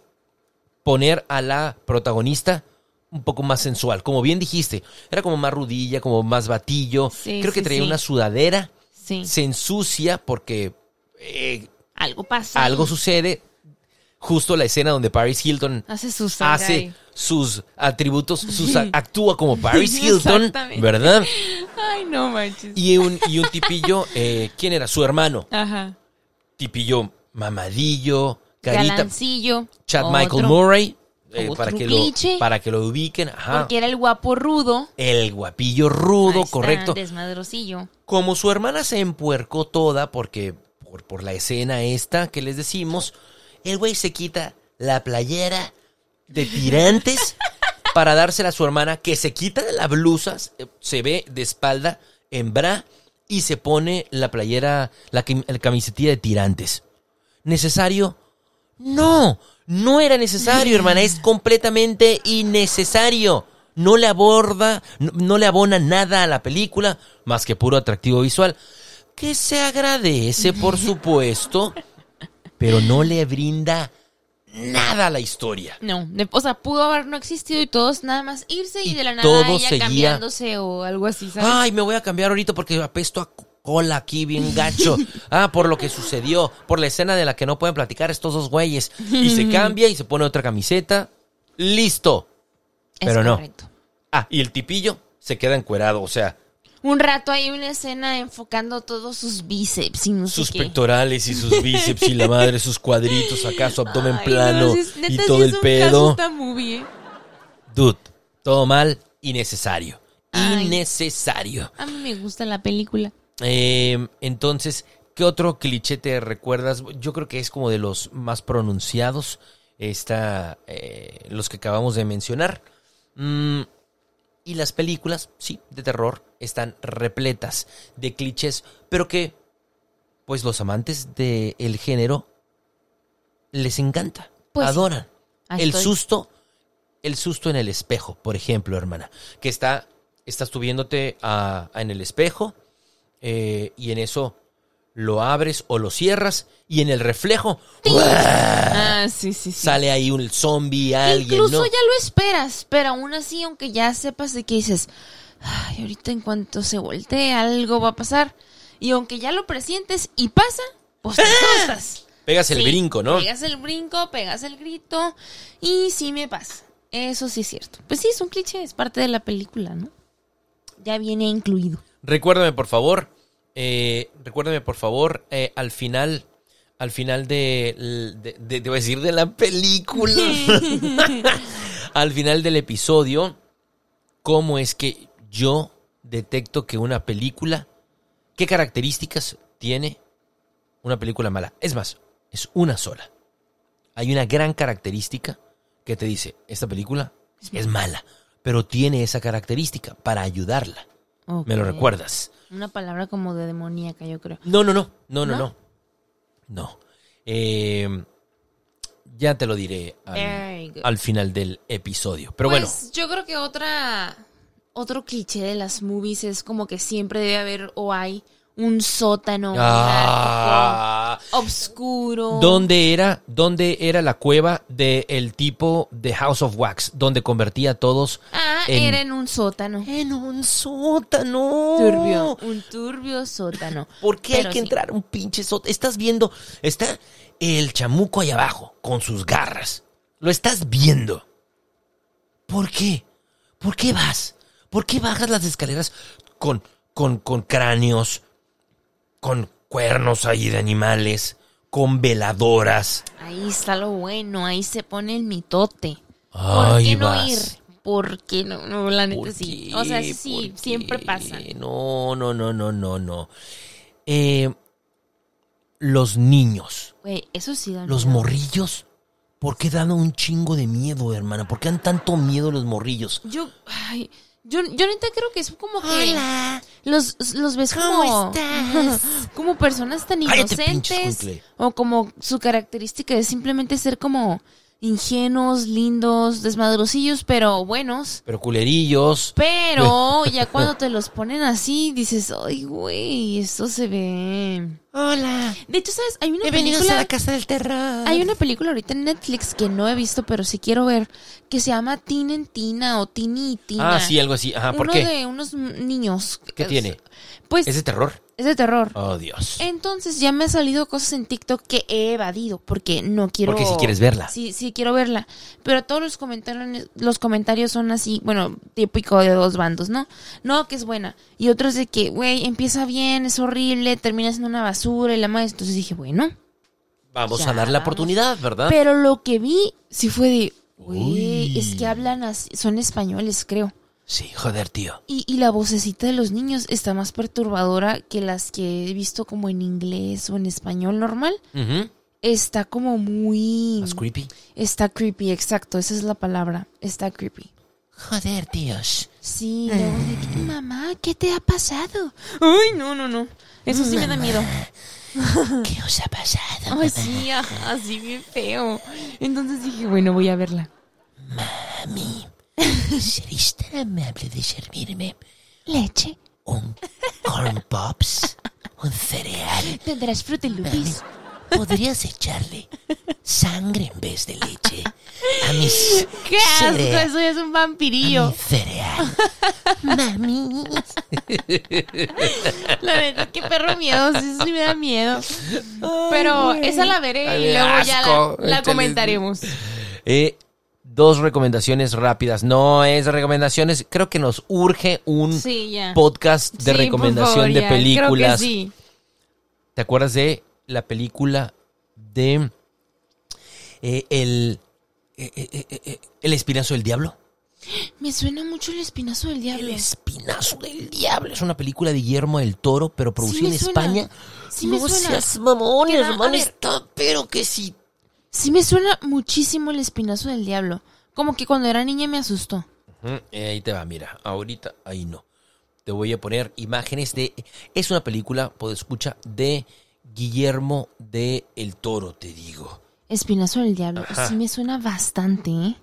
Poner a la protagonista un poco más sensual. Como bien dijiste, era como más rudilla, como más batillo. Sí, Creo que sí, traía sí. una sudadera. Sí. Se ensucia porque eh, Algo pasa. algo sucede. Justo la escena donde Paris Hilton Hace su hace hace. sus atributos, sus a- actúa como Paris Hilton, Exactamente. ¿verdad? Ay, no manches. Y un, y un tipillo, eh, ¿quién era? Su hermano. Ajá. Tipillo mamadillo, carita. Galancillo. Chad otro, Michael Murray, eh, Otro para, que lo, cliché. para que lo ubiquen. Ajá. Porque era el guapo rudo. El guapillo rudo, Ahí está, correcto. Desmadrosillo. Como su hermana se empuercó toda porque por, por la escena esta que les decimos, el güey se quita la playera de tirantes para dársela a su hermana, que se quita de la blusa, se- se ve de espalda en bra y se pone la playera, la, cam- la camisetilla de tirantes. ¿Necesario? No, no era necesario, hermana, es completamente innecesario. No le aborda, no, no le abona nada a la película, más que puro atractivo visual, que se agradece, por supuesto, pero no le brinda nada a la historia. No, de- o sea, pudo haber no existido y todos nada más irse y, Y de la nada todo ella seguía- cambiándose o algo así, ¿sabes? Ay, me voy a cambiar ahorita porque apesto a cola aquí bien gacho. Ah, por lo que sucedió, por la escena de la que no pueden platicar estos dos güeyes. Y se cambia y se pone otra camiseta. Listo. Es pero no. correcto. Ah, y el tipillo se queda encuerado, o sea, Un rato hay una escena enfocando todos sus bíceps y no sé sus qué. pectorales y sus bíceps y la madre, sus cuadritos acá, su abdomen Ay, plano no, sí es- neta, y sí todo es el un pedo. Kazuta movie, ¿eh? Dude, todo mal, innecesario. Ay. Innecesario. A mí me gusta la película. Eh, entonces, ¿qué otro cliché te recuerdas? Yo creo que es como de los más pronunciados. Está, eh, los que acabamos de mencionar. Mm, Y las películas, sí, de terror, están repletas de clichés, pero que, pues los amantes del género les encanta, Pues sí. adoran. Ahí El estoy. susto, el susto en el espejo, por ejemplo, hermana, que está, estás tú viéndote a- a en el espejo eh, y en eso lo abres o lo cierras y en el reflejo Ah, sí, sí, sí. sale ahí un zombie, alguien, Incluso ¿no? ya lo esperas, pero aún así, aunque ya sepas de que dices, ay, ahorita en cuanto se voltee algo va a pasar. Y aunque ya lo presientes y pasa, pues te asustas. Pegas el Sí, brinco, ¿no? Pegas el brinco, pegas el grito y sí me pasa. Eso sí es cierto. Pues sí, es un cliché, es parte de la película, ¿no? Ya viene incluido. Recuérdame, por favor, eh, recuérdame, por favor, eh, al final, al final de, de, de, te voy a decir, de la película, al final del episodio, cómo es que yo detecto que una película, qué características tiene una película mala. Es más, es una sola. Hay una gran característica que te dice, esta película es mala, pero tiene esa característica para ayudarla. Ok. ¿Me lo recuerdas? Una palabra como de demoníaca, yo creo. No, no, no, no, no, ¿No? no. No. Eh, ya te lo diré Very al, good. al final del episodio. Pero Pues, bueno, yo creo que otra otro cliché de las movies es como que siempre debe haber o hay un sótano ah, mágico, obscuro. ¿dónde era, dónde era la cueva del tipo de House of Wax? Donde convertía a todos Ah, en, era en un sótano. en un sótano. Turbio, un turbio sótano. ¿Por qué hay Pero que sí. entrar a un pinche sótano? Estás viendo, está el chamuco ahí abajo con sus garras. Lo estás viendo. ¿Por qué? ¿Por qué vas? ¿Por qué bajas las escaleras con, con, con cráneos, con cuernos ahí de animales, con veladoras? Ahí está lo bueno, ahí se pone el mitote. ¿Por Ahí qué no vas. ir? ¿Por qué no? No, la neta ¿Por sí. qué? O sea, ¿Por sí, qué? siempre pasa. No, no, no, no, no, no. Eh, los niños, Güey, eso sí da los miedo. morrillos, ¿por qué dan un chingo de miedo, hermana? ¿Por qué dan tanto miedo los morrillos? Yo, ay, yo, yo neta creo que es como que los, los ves como, como personas tan Cállate, pinche inocentes escuincle. o como su característica es simplemente ser como ingenuos, lindos, desmadrosillos, pero buenos. Pero culerillos. Pero ya cuando te los ponen así, dices, ay, güey, esto se ve. Hola, De hecho, ¿sabes? Hay una bienvenidos película. a la casa del terror. Hay una película ahorita en Netflix que no he visto, pero sí quiero ver, que se llama Teen en Tina o Tini y Tina. Ah, sí, algo así. Ajá, ¿por Uno qué? de unos niños. ¿Qué tiene? Pues ¿Es de terror? es de terror. Oh, Dios. Entonces ya me ha salido cosas en TikTok que he evadido porque no quiero. Porque si quieres verla. Sí, sí quiero verla. Pero todos los comentarios, los comentarios son así, bueno, típico de dos bandos, ¿no? No, que es buena. Y otros de que, güey, empieza bien, es horrible, termina siendo una basura y la madre. Entonces dije, bueno. Vamos Ya, a dar la vamos. oportunidad, ¿verdad? Pero lo que vi sí fue de, güey, Uy. es que hablan así, son españoles, creo. Sí, joder, tío. Y, y la vocecita de los niños está más perturbadora que las que he visto como en inglés o en español normal. Ujú. Está como muy... Más creepy. Está creepy, exacto, esa es la palabra. Está creepy. Joder, tíos. Sí, luego de que, mamá, ¿qué te ha pasado? Ay, no, no, no. Eso sí me da miedo. ¿Qué os ha pasado? Ay, sí, ajá, sí, bien feo. Entonces dije, bueno, voy a verla. Mami, ¿seréis tan amable de servirme Leche. un corn pops? ¿Un cereal? ¿Tendrás frutelupis? ¿Podrías echarle sangre en vez de leche a mis ¡Qué asco! cereal- Eso ya es un a mi vampirillo. cereal? Mami. La verdad, qué perro miedo. Sí, eso sí me da miedo. Pero esa la veré Ay, y me da luego ya asco. la, la Échale. comentaremos. Eh, dos recomendaciones rápidas. No es recomendaciones. Creo que nos urge un Sí, ya. podcast de Sí, por recomendación favor, de ya. películas. Creo que sí. ¿Te acuerdas de la película de eh, el eh, eh, eh, eh, El Espinazo del Diablo? Me suena mucho el espinazo del diablo. El Espinazo del Diablo. Es una película de Guillermo del Toro, pero producida me en suena. España. Sí me no suena. seas mamón, Que da- a hermano. ver. Está, pero que sí. Sí me suena muchísimo el espinazo del diablo. Como que cuando era niña me asustó. Uh-huh. Eh, ahí te va, mira. Ahorita, ahí no. Te voy a poner imágenes de... Es una película, puedo escuchar, de Guillermo de el Toro, te digo. Espinazo del Diablo. Ajá. Sí me suena bastante, ¿eh?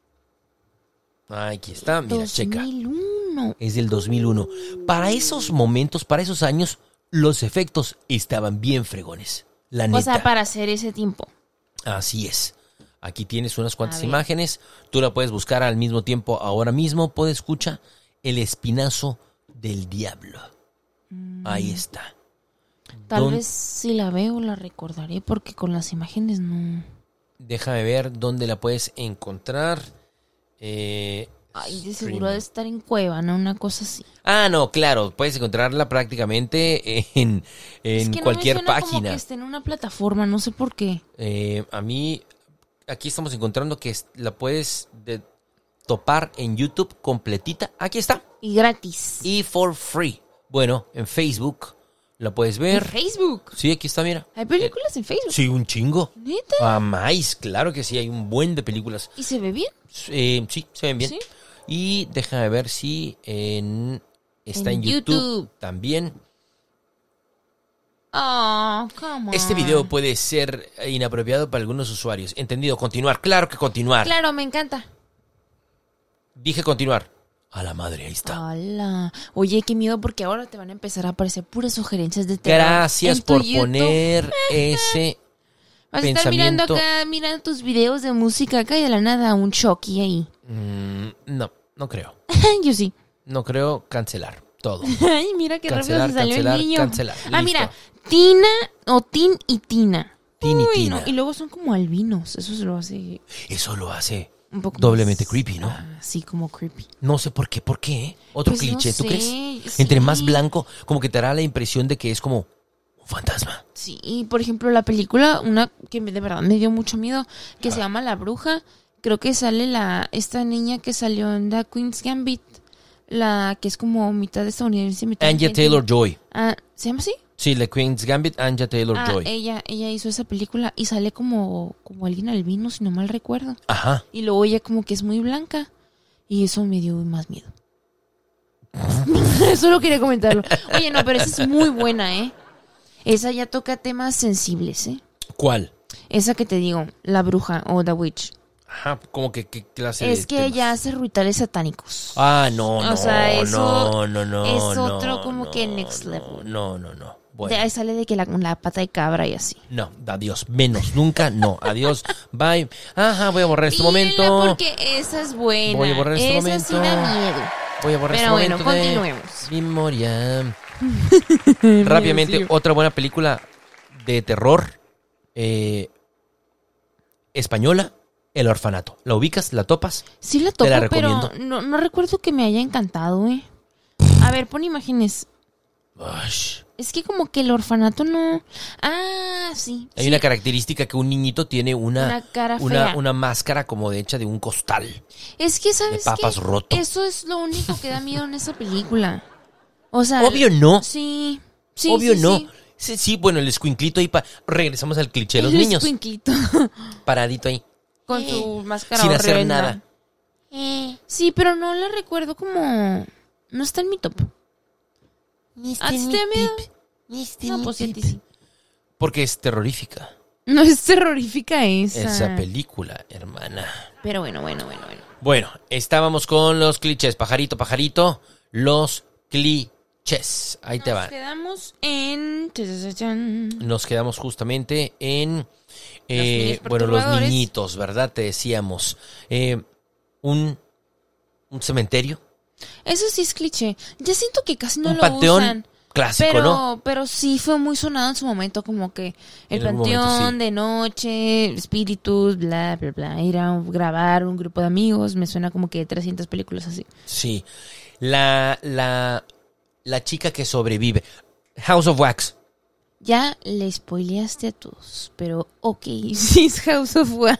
Aquí está, mira, checa. dos mil uno. Es del dos mil uno. Para esos momentos, para esos años, los efectos estaban bien fregones. La neta. O sea, para hacer ese tiempo. Así es. Aquí tienes unas cuantas A ver. imágenes. Tú la puedes buscar al mismo tiempo ahora mismo. Puedes escuchar El Espinazo del Diablo. Mm. Ahí está. Tal Don- vez si la veo la recordaré porque con las imágenes no... Déjame ver dónde la puedes encontrar. Eh, Ay, de seguro streaming. ha de estar en Cueva, ¿no? Una cosa así. Ah, no, claro. Puedes encontrarla prácticamente en, en Es que cualquier no me suena como página. que esté en una plataforma, no sé por qué. Eh, a mí, aquí estamos encontrando que es- la puedes de- topar en YouTube completita. Aquí está. Y gratis. Y for free. Bueno, en Facebook la puedes En ver. Facebook. Sí, aquí está, mira. ¿Hay películas en Facebook? Sí, un chingo. ¿Neta? Ah, más, claro que sí, hay un buen de películas. ¿Y se ve bien? Eh, sí, se ven bien. ¿Sí? Y déjame ver si en, está en, En YouTube, YouTube. también. Oh, come on. Este video puede ser inapropiado para algunos usuarios. Entendido, continuar. Claro que continuar. Claro, me encanta. Dije continuar. A la madre, ahí está. Hola. Oye, qué miedo porque ahora te van a empezar a aparecer puras sugerencias de terror. Gracias en tu por YouTube. poner ese Vas a estar mirando pensamiento. acá, mirando tus videos de música acá y de la nada un Chucky ahí. Mm, no, no creo. Yo sí. No creo cancelar todo. Ay, mira qué Cancelar, rápido se salió cancelar, el niño. cancelar. Ah, Listo. mira, Tina o Tin y Tina. Tin y Uy, Tina. no, y luego son como albinos. Eso se lo hace Eso lo hace un poco doblemente más, creepy, ¿no? ah, sí, como creepy. No sé por qué. ¿Por qué? eh? Otro Pues no cliché, ¿tú sé, crees? sí. Entre más blanco, como que te dará la impresión de que es como un fantasma. Sí, y por ejemplo, la película, una que me- de verdad me dio mucho miedo, que Ah. se llama La Bruja. Creo que sale la esta niña que salió en The Queen's Gambit, la que es como mitad estadounidense, mitad Anya argentina. Taylor-Joy. Ah, ¿se llama así? Sí, The Queen's Gambit, Anya Ah, Taylor-Joy. ella, ella hizo esa película y sale como, como alguien albino, si no mal recuerdo. Ajá. Y luego ella como que es muy blanca. Y eso me dio más miedo. Solo quería comentarlo. Oye, no, pero esa es muy buena, ¿eh? Esa ya toca temas sensibles, ¿eh? ¿Cuál? Esa que te digo, La Bruja o The Witch. Ajá, como que qué clase de Es que temas? ella hace rituales satánicos. Ah, no, O no, sea, eso no, no, no. es no, otro como no, que next no, level. No, no, no. De Bueno, ahí sale de que la, la pata de cabra y así. no, adiós. Menos, nunca, no. Adiós, bye. Ajá, voy a borrar este Mírenla momento. porque esa es buena. Voy a borrar este esa momento. sí da miedo. Voy a borrar Pero este bueno, momento de continuemos. memoria. Rápidamente, Sí. otra buena película de terror eh, española, El Orfanato. ¿La ubicas? ¿La topas? Sí la topo, la pero recomiendo. no, no recuerdo que me haya encantado, ¿eh? A ver, pon imágenes. Ush. Es que como que el orfanato no... Ah, sí. Hay sí. una característica que un niñito tiene una, Una cara una, fea. una máscara como de hecha de un costal. Es que, ¿sabes de papas qué? roto. Eso es lo único que da miedo en esa película. O sea... Obvio no. Sí. sí Obvio sí, no. sí. Sí, sí, bueno, el escuinclito ahí. Pa... Regresamos al cliché de los El niños. escuinquito. Paradito ahí. Con su máscara Sin hacer horrenda. nada. Sí, pero no la recuerdo como... No está en mi top. ¿A ti te da miedo? No, pues sí, a ti sí. Porque es terrorífica. No es terrorífica esa. Esa película, hermana. Pero bueno, bueno, bueno, bueno. Bueno, estábamos con los clichés. Pajarito, pajarito. Los clichés. Ahí te Nos van. quedamos en... Chachachán. Nos quedamos justamente en... eh, niños bueno, los perturbadores. niñitos, ¿verdad? Te decíamos. Eh, un, un cementerio. Eso sí es cliché. Ya siento que casi no un lo panteón usan. clásico, Pero, ¿no? pero sí fue muy sonado en su momento, como que el En algún panteón momento, sí. de noche, espíritus, bla, bla, bla. Ir a grabar un grupo de amigos, me suena como que trescientas películas así. Sí. La, la, la chica que sobrevive. House of Wax. Ya le spoileaste a todos, pero ok, sí es House of Wax.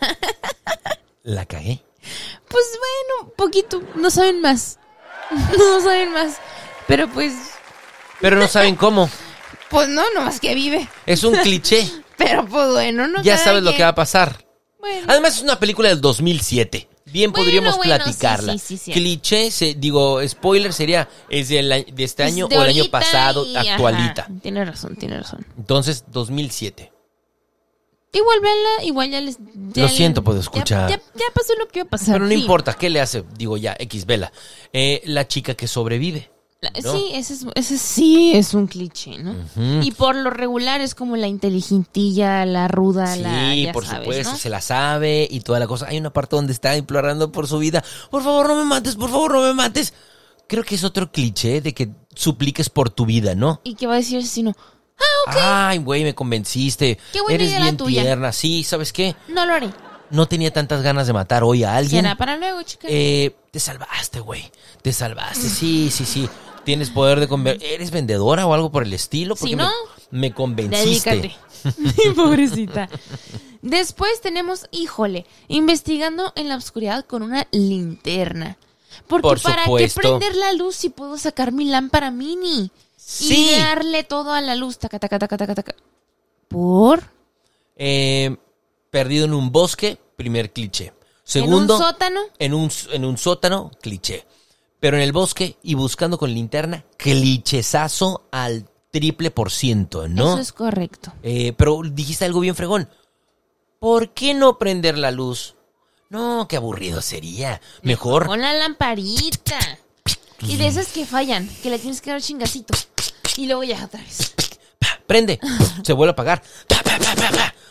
La cagué. Pues bueno, poquito, no saben más. No saben más. Pero pues, Pero no saben cómo. pues no, nomás que vive. Es un cliché. Pero pues bueno, no Ya cada sabes lo quien. que va a pasar. Bueno, Además es una película del dos mil siete. bien Bueno, podríamos bueno, platicarla. sí, sí, sí, sí. Cliché, se, digo, spoiler sería, es de, la- de este año De o el año ahorita pasado, y- actualita. ajá, tiene razón, tiene razón. Entonces, dos mil siete. Igual véanla, igual ya les... ya Lo les- siento, puedo ya- escuchar. Ya, ya pasó lo que iba a pasar. Pero no fin. importa, ¿qué le hace? Digo ya, X vela. Eh, la chica que sobrevive. La- ¿no? Sí, ese, es, ese sí es un cliché, ¿no? Ujú. Y por lo regular es como la inteligentilla, la ruda, la... Sí, ya por sabes, supuesto, ¿no? se la sabe y toda la cosa. Hay una parte donde está implorando por su vida. Por favor, no me mates, por favor, no me mates. Creo que es otro cliché de que supliques por tu vida, ¿no? ¿Y qué va a decir el asesino? Ay, güey, me convenciste. Qué buena Eres idea la bien tuya. tierna. Sí, ¿sabes qué? No lo haré. No tenía tantas ganas de matar hoy a alguien. Será para luego, chica. Eh, te salvaste, güey. Te salvaste. Sí, sí, sí. Tienes poder de conver... ¿Eres vendedora o algo por el estilo? Porque Si no, me, me convenciste. Dedícate. Pobrecita. Después tenemos, híjole, investigando en la oscuridad con una linterna. Porque Por ¿para supuesto. qué prender la luz si puedo sacar mi lámpara mini? Sí. Y darle todo a la luz. Taca, taca, taca, taca, taca. ¿Por? Eh, perdido en un bosque, primer cliché. Segundo, ¿En un sótano? En un, en un sótano, cliché. Pero en el bosque y buscando con linterna, clichezazo al triple por ciento, ¿no? Eso es correcto. Eh, pero dijiste algo bien fregón. ¿Por qué no prender la luz? No, qué aburrido sería. Mejor. Con la lamparita. Y de esas que fallan, que le tienes que dar chingacito. Y luego ya otra vez. pa, prende. Se vuelve a apagar. Pa, pa, pa, pa, pa.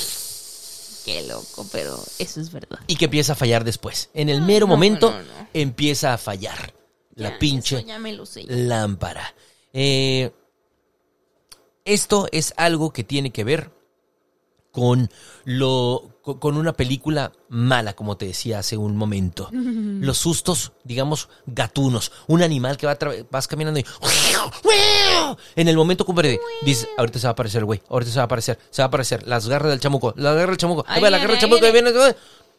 Qué loco, pero eso es verdad. Y que empieza a fallar después. En el mero no, momento no, no. empieza a fallar. La Ya, pinche eso ya me lo sé. lámpara. Eh, esto es algo que tiene que ver con lo con, con una película mala, como te decía hace un momento. Los sustos, digamos, gatunos. Un animal que va a tra- vas caminando y en el momento cumbre dices, ahorita se va a aparecer, güey, ahorita se va a aparecer, se va a aparecer, las garras del chamuco, la garra del chamuco, ahí Ahí va la viene, garra del ahí chamuco, ahí viene. viene.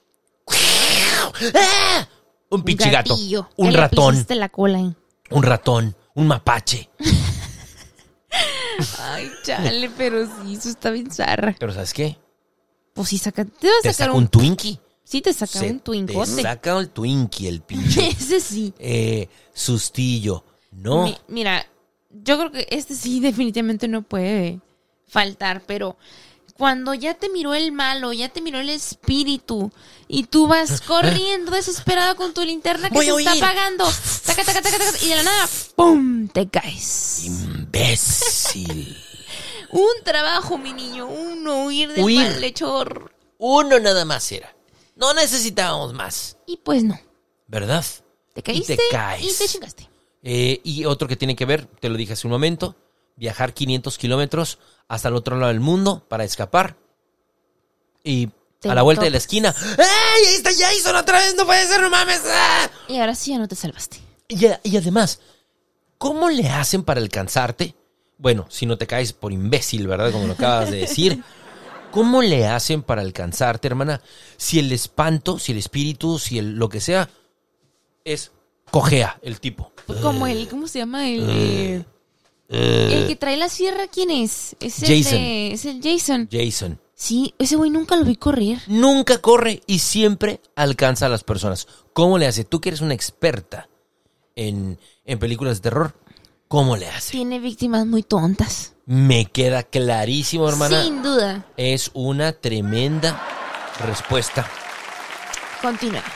¡Ah! Un pinche gato, gatillo, un que le ratón, pisaste la cola ahí. un ratón, un mapache. Ay, chale, pero sí, eso está bien zarra. Pero ¿sabes qué? Pues sí, saca, te vas a Te sacar saca un... un Twinkie. Sí, te saca Se un twinkote. Te saca el Twinkie, el pinche Ese sí. eh, sustillo. No. Mi- mira, yo creo que este sí definitivamente no puede faltar, pero cuando ya te miró el malo, ya te miró el espíritu y tú vas corriendo desesperada con tu linterna que Voy se a está huir. apagando, taca, taca, taca, taca, y de la nada, ¡pum!, te caes. Imbécil. Un trabajo, mi niño, uno, huir del Huir. malhechor. Uno nada más era. No necesitábamos más. Y pues no, ¿Verdad? te caíste Y te caes. y te chingaste. Eh, y otro que tiene que ver, te lo dije hace un momento, viajar quinientos kilómetros hasta el otro lado del mundo para escapar. Y Te a la vuelta de la topas. esquina, ¡ay! Ahí está Jason otra vez, no puede ser, no mames. ¡Ah! Y ahora sí ya no te salvaste. Y, a- y además, ¿cómo le hacen para alcanzarte? Bueno, si no te caes por imbécil, ¿verdad? Como lo acabas de decir. ¿Cómo le hacen para alcanzarte, hermana? Si el espanto, si el espíritu, si el lo que sea, es cojea el tipo. Como el, ¿cómo se llama? El, eh, el que trae la sierra, ¿quién es? Es el Jason. de- es el Jason. Jason. Sí, ese güey nunca lo vi correr. Nunca corre y siempre alcanza a las personas. ¿Cómo le hace? Tú que eres una experta en, en películas de terror, ¿cómo le hace? Tiene víctimas muy tontas. Me queda clarísimo, hermana. Sin duda. Es una tremenda respuesta. Continuamos.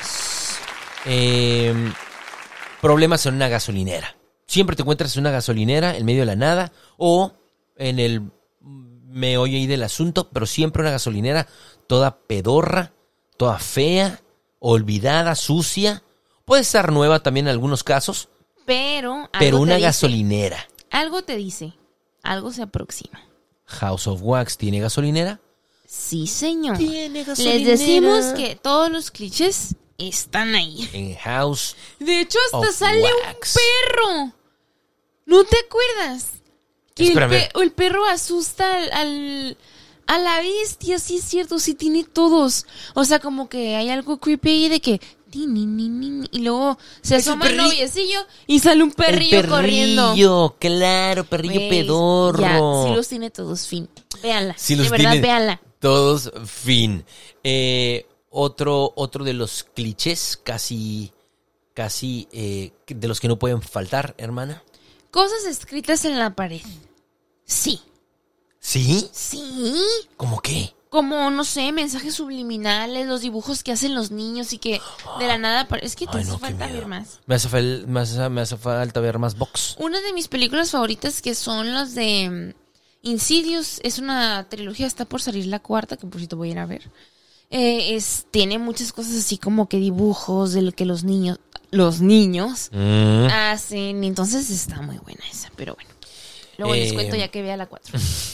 Eh, problemas en una gasolinera. Siempre te encuentras en una gasolinera en medio de la nada o en el meollo ahí del asunto, pero siempre una gasolinera toda pedorra, toda fea, olvidada, sucia. Puede estar nueva también en algunos casos, Pero, algo pero te una dice, gasolinera. Algo te dice. Algo se aproxima. House of Wax tiene gasolinera. Sí, señor. Tiene Les decimos que todos los clichés están ahí. en House. De hecho, hasta Of sale Wax. un perro. ¿No te acuerdas? Que el, Espérame. pe- el perro asusta al, al- a la bestia, sí es cierto, sí tiene todos. O sea, como que hay algo creepy ahí de que... ti, ni, ni, ni, y luego se Es el asoma el perri- noviecillo y sale un perrillo, el perrillo corriendo. claro, perrillo Güey, pedorro. Ya, sí los tiene todos, fin. Véanla. Sí los de verdad, tiene véanla. todos, fin. Eh, otro, otro de los clichés casi, casi eh, de los que no pueden faltar, hermana. Cosas escritas en la pared. Sí. ¿Sí? Sí. ¿Cómo qué? Como, no sé, mensajes subliminales, los dibujos que hacen los niños y que de la nada... apare- Es que te Ay, hace no, qué falta miedo. ver más. Me hace, fal- me, hace, me hace falta ver más box. Una de mis películas favoritas que son las de mm, Insidious. Es una trilogía, está por salir la cuarta, que por cierto voy a ir a ver. Eh, es, tiene muchas cosas así como que dibujos de lo que los niños... Los niños Mm. hacen. Entonces está muy buena esa, pero bueno. Luego les Eh, cuento ya que vea la cuatro.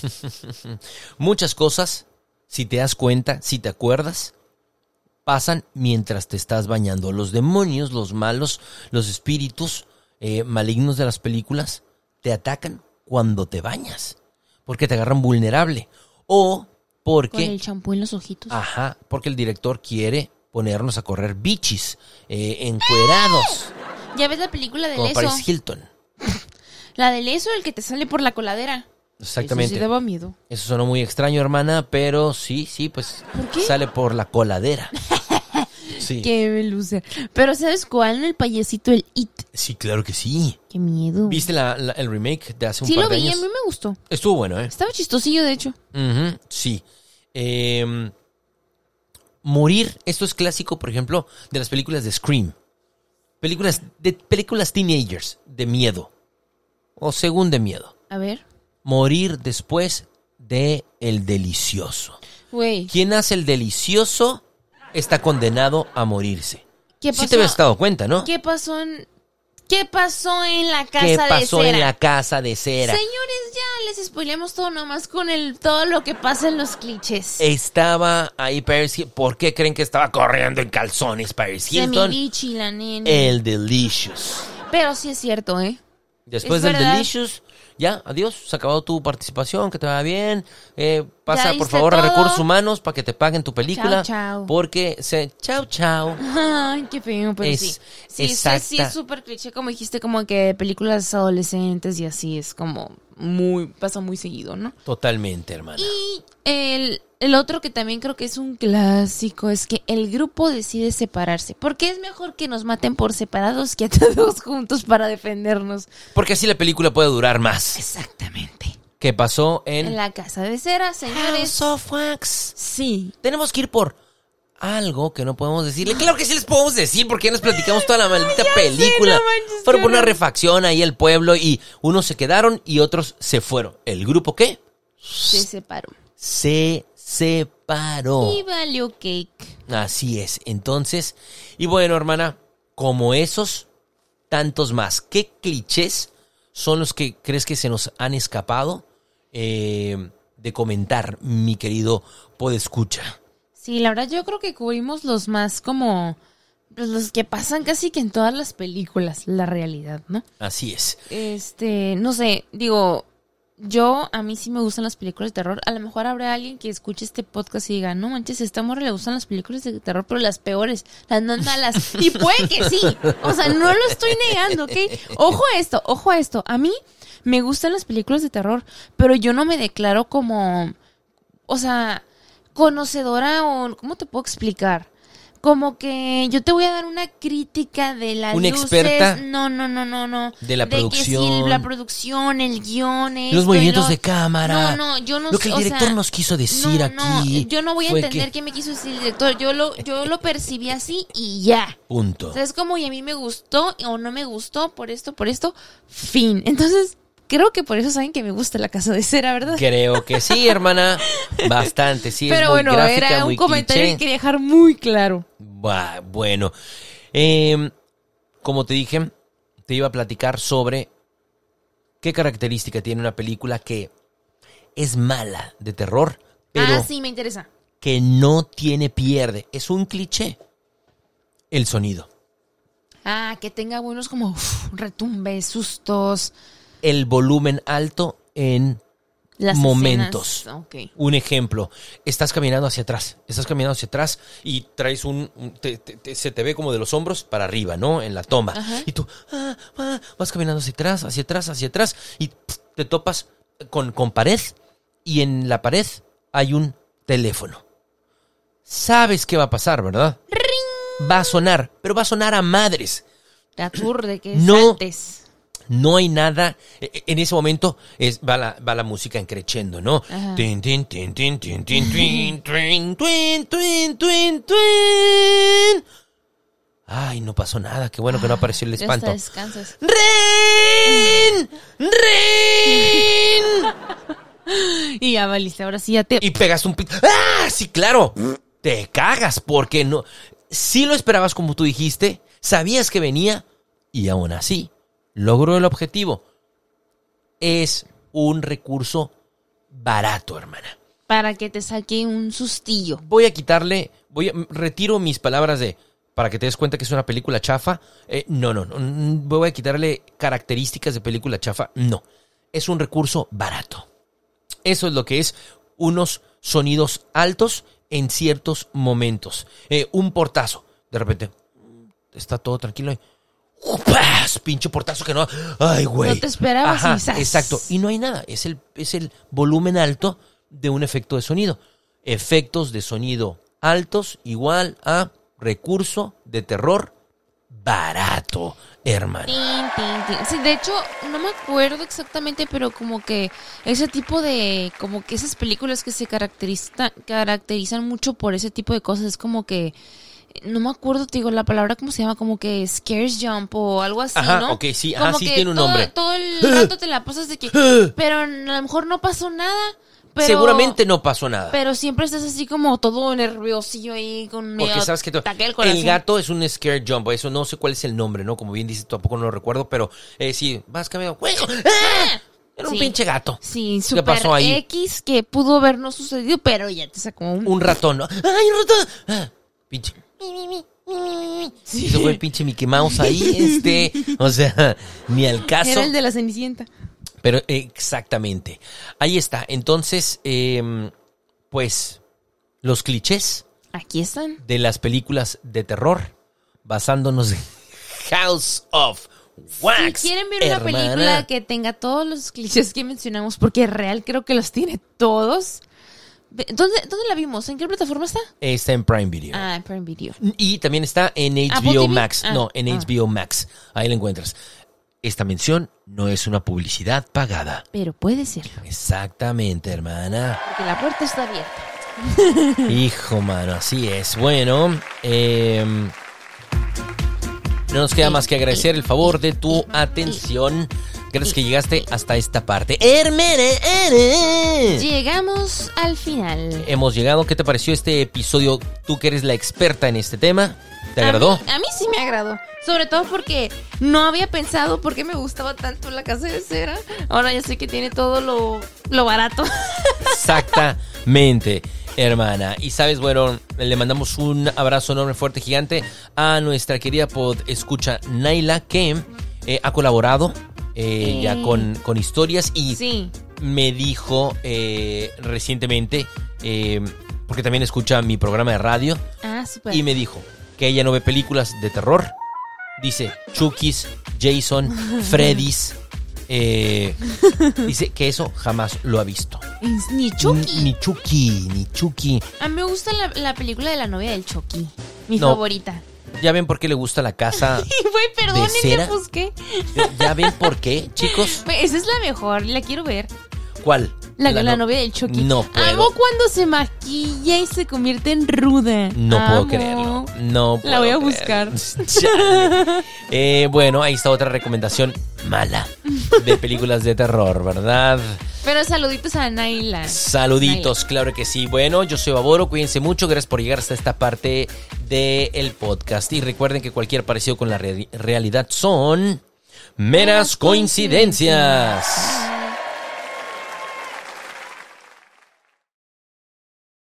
Muchas cosas, si te das cuenta, si te acuerdas, pasan mientras te estás bañando. Los demonios, los malos, los espíritus eh, malignos de las películas te atacan cuando te bañas, porque te agarran vulnerable o Con porque, el champú en los ojitos. ajá, porque el director quiere ponernos a correr bichis, eh, encuerados, ¿Ya ves la película del como eso? Paris Hilton. La del eso, el que te sale por la coladera. Exactamente. Eso sí daba miedo. Eso sonó muy extraño, hermana, pero sí, sí, pues ¿Por qué? sale por la coladera. Sí. Qué luce. Pero ¿sabes cuál? El payasito, el It. Sí, claro que sí. Qué miedo. ¿Viste la- la- el remake de hace un Sí par lo de vi, a años? mí me gustó. Estuvo bueno, ¿eh? Estaba chistosillo, de hecho. Ujú, sí. Eh, morir, esto es clásico, por ejemplo, de las películas de Scream. Películas de películas teenagers de miedo. O según de miedo. A ver. Morir después de el delicioso. Güey, Quien hace el delicioso está condenado a morirse. ¿qué Sí pasó? te habías dado cuenta, ¿no? ¿Qué pasó en... ¿Qué pasó en la casa ¿Qué de pasó cera? en la casa de cera? Señores, ya les spoilemos todo nomás con el todo lo que pasa en los clichés. Estaba ahí Paris Hilton. ¿Por qué creen que estaba corriendo en calzones Paris Hilton? Semibichi, la nena. El Delicious. Pero sí es cierto, ¿eh? Después Es del verdad. Delicious, ya, adiós, se acabó tu participación, que te vaya bien. Eh, pasa, Ya por diste favor, a todo. recursos humanos para que te paguen tu película. Chao, chao. Porque se... Chao, chao. Ay, qué feo, pero Es sí. Sí, sí, exacta. sí, es súper cliché, como dijiste, como que películas adolescentes y así es como muy, pasa muy seguido, ¿no? Totalmente, hermana. Y el, el otro que también creo que es un clásico es que el grupo decide separarse. Porque es mejor que nos maten por separados que a todos juntos para defendernos. Porque así la película puede durar más. Exactamente. ¿Qué pasó en... En la casa de cera, señores. House of Wax? Sí. Tenemos que ir por algo que no podemos decirle. Claro que sí les podemos decir, porque ya nos platicamos toda la maldita película. no manches, Fueron qué por una horror. refacción ahí el pueblo y unos se quedaron y otros se fueron. ¿El grupo qué? Se separó. Se separó. Y valió cake. Así es. Entonces, y bueno, hermana, como esos, tantos más. ¿Qué clichés son los que crees que se nos han escapado eh, de comentar, mi querido podescucha? Sí, la verdad yo creo que cubrimos los más como... Pues los que pasan casi que en todas las películas, la realidad, ¿no? Así es. Este, no sé, digo, yo a mí sí me gustan las películas de terror. A lo mejor habrá alguien que escuche este podcast y diga, no manches, a esta morra le gustan las películas de terror, pero las peores, las más malas. Y puede que sí, o sea, no lo estoy negando, ¿ok? Ojo a esto, ojo a esto. A mí me gustan las películas de terror, pero yo no me declaro como, o sea, conocedora o, ¿cómo te puedo explicar? Como que yo te voy a dar una crítica de las ¿Una luces. experta? No, no, no, no, no. De la que producción. sí, la producción, el guión, esto Los y movimientos lo- de cámara. No, no, yo no Lo que el o director sea, nos quiso decir no, no, aquí. yo no voy a fue entender que- qué me quiso decir el director. Yo lo, yo lo percibí así y ya. Punto. O sea, es como y a mí me gustó o no me gustó por esto, por esto, fin. Entonces, creo que por eso saben que me gusta La Casa de Cera, ¿verdad? Creo que sí, hermana. Bastante, sí. Pero es muy bueno, gráfica, era un muy comentario cliché. que quería dejar muy claro. Buah, bueno, eh, como te dije, te iba a platicar sobre qué característica tiene una película que es mala de terror, pero Ah, sí, me interesa. que no tiene pierde. Es un cliché. El sonido. Ah, que tenga buenos como uf, retumbes, sustos, El volumen alto en las momentos. escenas. Ok. Un ejemplo, estás caminando hacia atrás, estás caminando hacia atrás y traes un, un- te- te- te- se te ve como de los hombros para arriba, ¿no? En la toma. Ajá. Y tú ah, ah, vas caminando hacia atrás, hacia atrás, hacia atrás y pf, te topas con, con pared y en la pared hay un teléfono. sabes qué va a pasar, ¿verdad? ¡Ring! Va a sonar, pero va a sonar a madres. Te aturde que No. saltes. No hay nada, en ese momento es, va, la, va la música encrechendo, ¿no? Ajá. Tin, tin, tin, tin, tin, tin, tin, tin, tin, tin, tin, tin. Ay, no pasó nada, qué bueno que no apareció el Ya espanto. hasta descansas. ¡Rin! ¡Rin! Y ya valiste, ahora sí ya te... Y pegas un pito. ¡Ah! Sí, claro. Te cagas porque no. Sí lo esperabas como tú dijiste, sabías que venía y aún así logró el objetivo. Es un recurso barato, hermana. Para que te saque un sustillo. Voy a quitarle, voy a retiro mis palabras de para que te des cuenta que es una película chafa. Eh, no, no, no. Voy a quitarle características de película chafa. No. Es un recurso barato. Eso es lo que es unos sonidos altos en ciertos momentos. Eh, un portazo. De repente, está todo tranquilo y ¡paz! Pinche portazo que no. Ay, güey. No te esperabas. Ajá, y ¡zas! exacto. Y no hay nada. Es el, es el volumen alto de un efecto de sonido. Efectos de sonido altos igual a recurso de terror barato, hermano. Tin, tin, tin. Sí, de hecho, no me acuerdo exactamente, pero como que ese tipo de, como que esas películas que se caracteriza, caracterizan mucho por ese tipo de cosas, es como que, no me acuerdo, te digo, la palabra, ¿cómo se llama? Como que scares jump o algo así, Ajá, ¿no? ok, sí, ajá, Como sí que tiene un todo- nombre. Todo el rato te la pasas de que, pero a lo mejor no pasó nada, pero... Seguramente no pasó nada. Pero siempre estás así como todo nerviosillo ahí con Porque medio sabes que to- ataque del corazón. el gato es un scare jump, eso no sé cuál es el nombre, ¿no? Como bien dices, tampoco no lo recuerdo, pero eh, sí, vas caminando. ¡Ah! Era un Sí. pinche gato. Sí, ¿Qué super pasó ahí? X que pudo habernos sucedido, pero ya te sacó un... Un ratón, ¿no? ¡Ay, un ratón! Ah, pinche. Sí. Eso fue el pinche Mickey Mouse ahí, este, o sea, ni al caso. Era el de la Cenicienta. Pero exactamente. Ahí está. Entonces, eh, pues, los clichés Aquí están. de las películas de terror, basándonos en House of Wax. Si quieren ver una hermana. película que tenga todos los clichés que mencionamos, porque real creo que los tiene todos. Ve- ¿Dónde, ¿Dónde la vimos? ¿En qué plataforma está? Está en Prime Video. Ah, en Prime Video. Y también está en H ¿Apple B O T V? Max. Ah, no, en ah. H B O Max. Ahí la encuentras. Esta mención no es una publicidad pagada. Pero puede serlo, Exactamente, hermana. porque la puerta está abierta. Hijo, mano, así es. Bueno, eh, no nos queda más que agradecer el favor de tu atención. Gracias que llegaste hasta esta parte. Hermana, hermana. Llegamos al final. Hemos llegado. ¿Qué te pareció este episodio? Tú que eres la experta en este tema. ¿Te A agradó? mí, a mí sí me agradó. Sobre todo porque no había pensado por qué me gustaba tanto la casa de cera. Ahora ya sé que tiene todo lo, lo barato. Exactamente, hermana. Y sabes, bueno, le mandamos un abrazo enorme, fuerte, gigante a nuestra querida pod escucha Naila, que eh, ha colaborado eh, Sí. ya con, con historias y Sí. me dijo eh, recientemente, eh, porque también escucha mi programa de radio, Ah, súper. y me dijo que ella no ve películas de terror. Dice Chucky's, Jason, Freddy's. eh, dice que eso jamás lo ha visto. Ni Chucky. Ni Chucky, ni Chucky. A mí me gusta la, la película de la novia del Chucky. Mi No. favorita. ¿Ya ven por qué le gusta la casa? Y güey, perdónenme, cera? pues qué. ¿Ya ven por qué, chicos? Güey, esa es la mejor, la quiero ver. ¿Cuál? La, la, no- novia del Chucky. No puedo. Amo cuando se maquilla y se convierte en ruda. No puedo Amo. creerlo. No puedo La voy a creerlo. buscar. Chale. Eh, bueno, ahí está otra recomendación mala de películas de terror, ¿verdad? Pero saluditos a Naila. Saluditos, claro que sí. Bueno, yo soy Baboro, cuídense mucho, gracias por llegar hasta esta parte del podcast. Y recuerden que cualquier parecido con la re- realidad son meras coincidencias.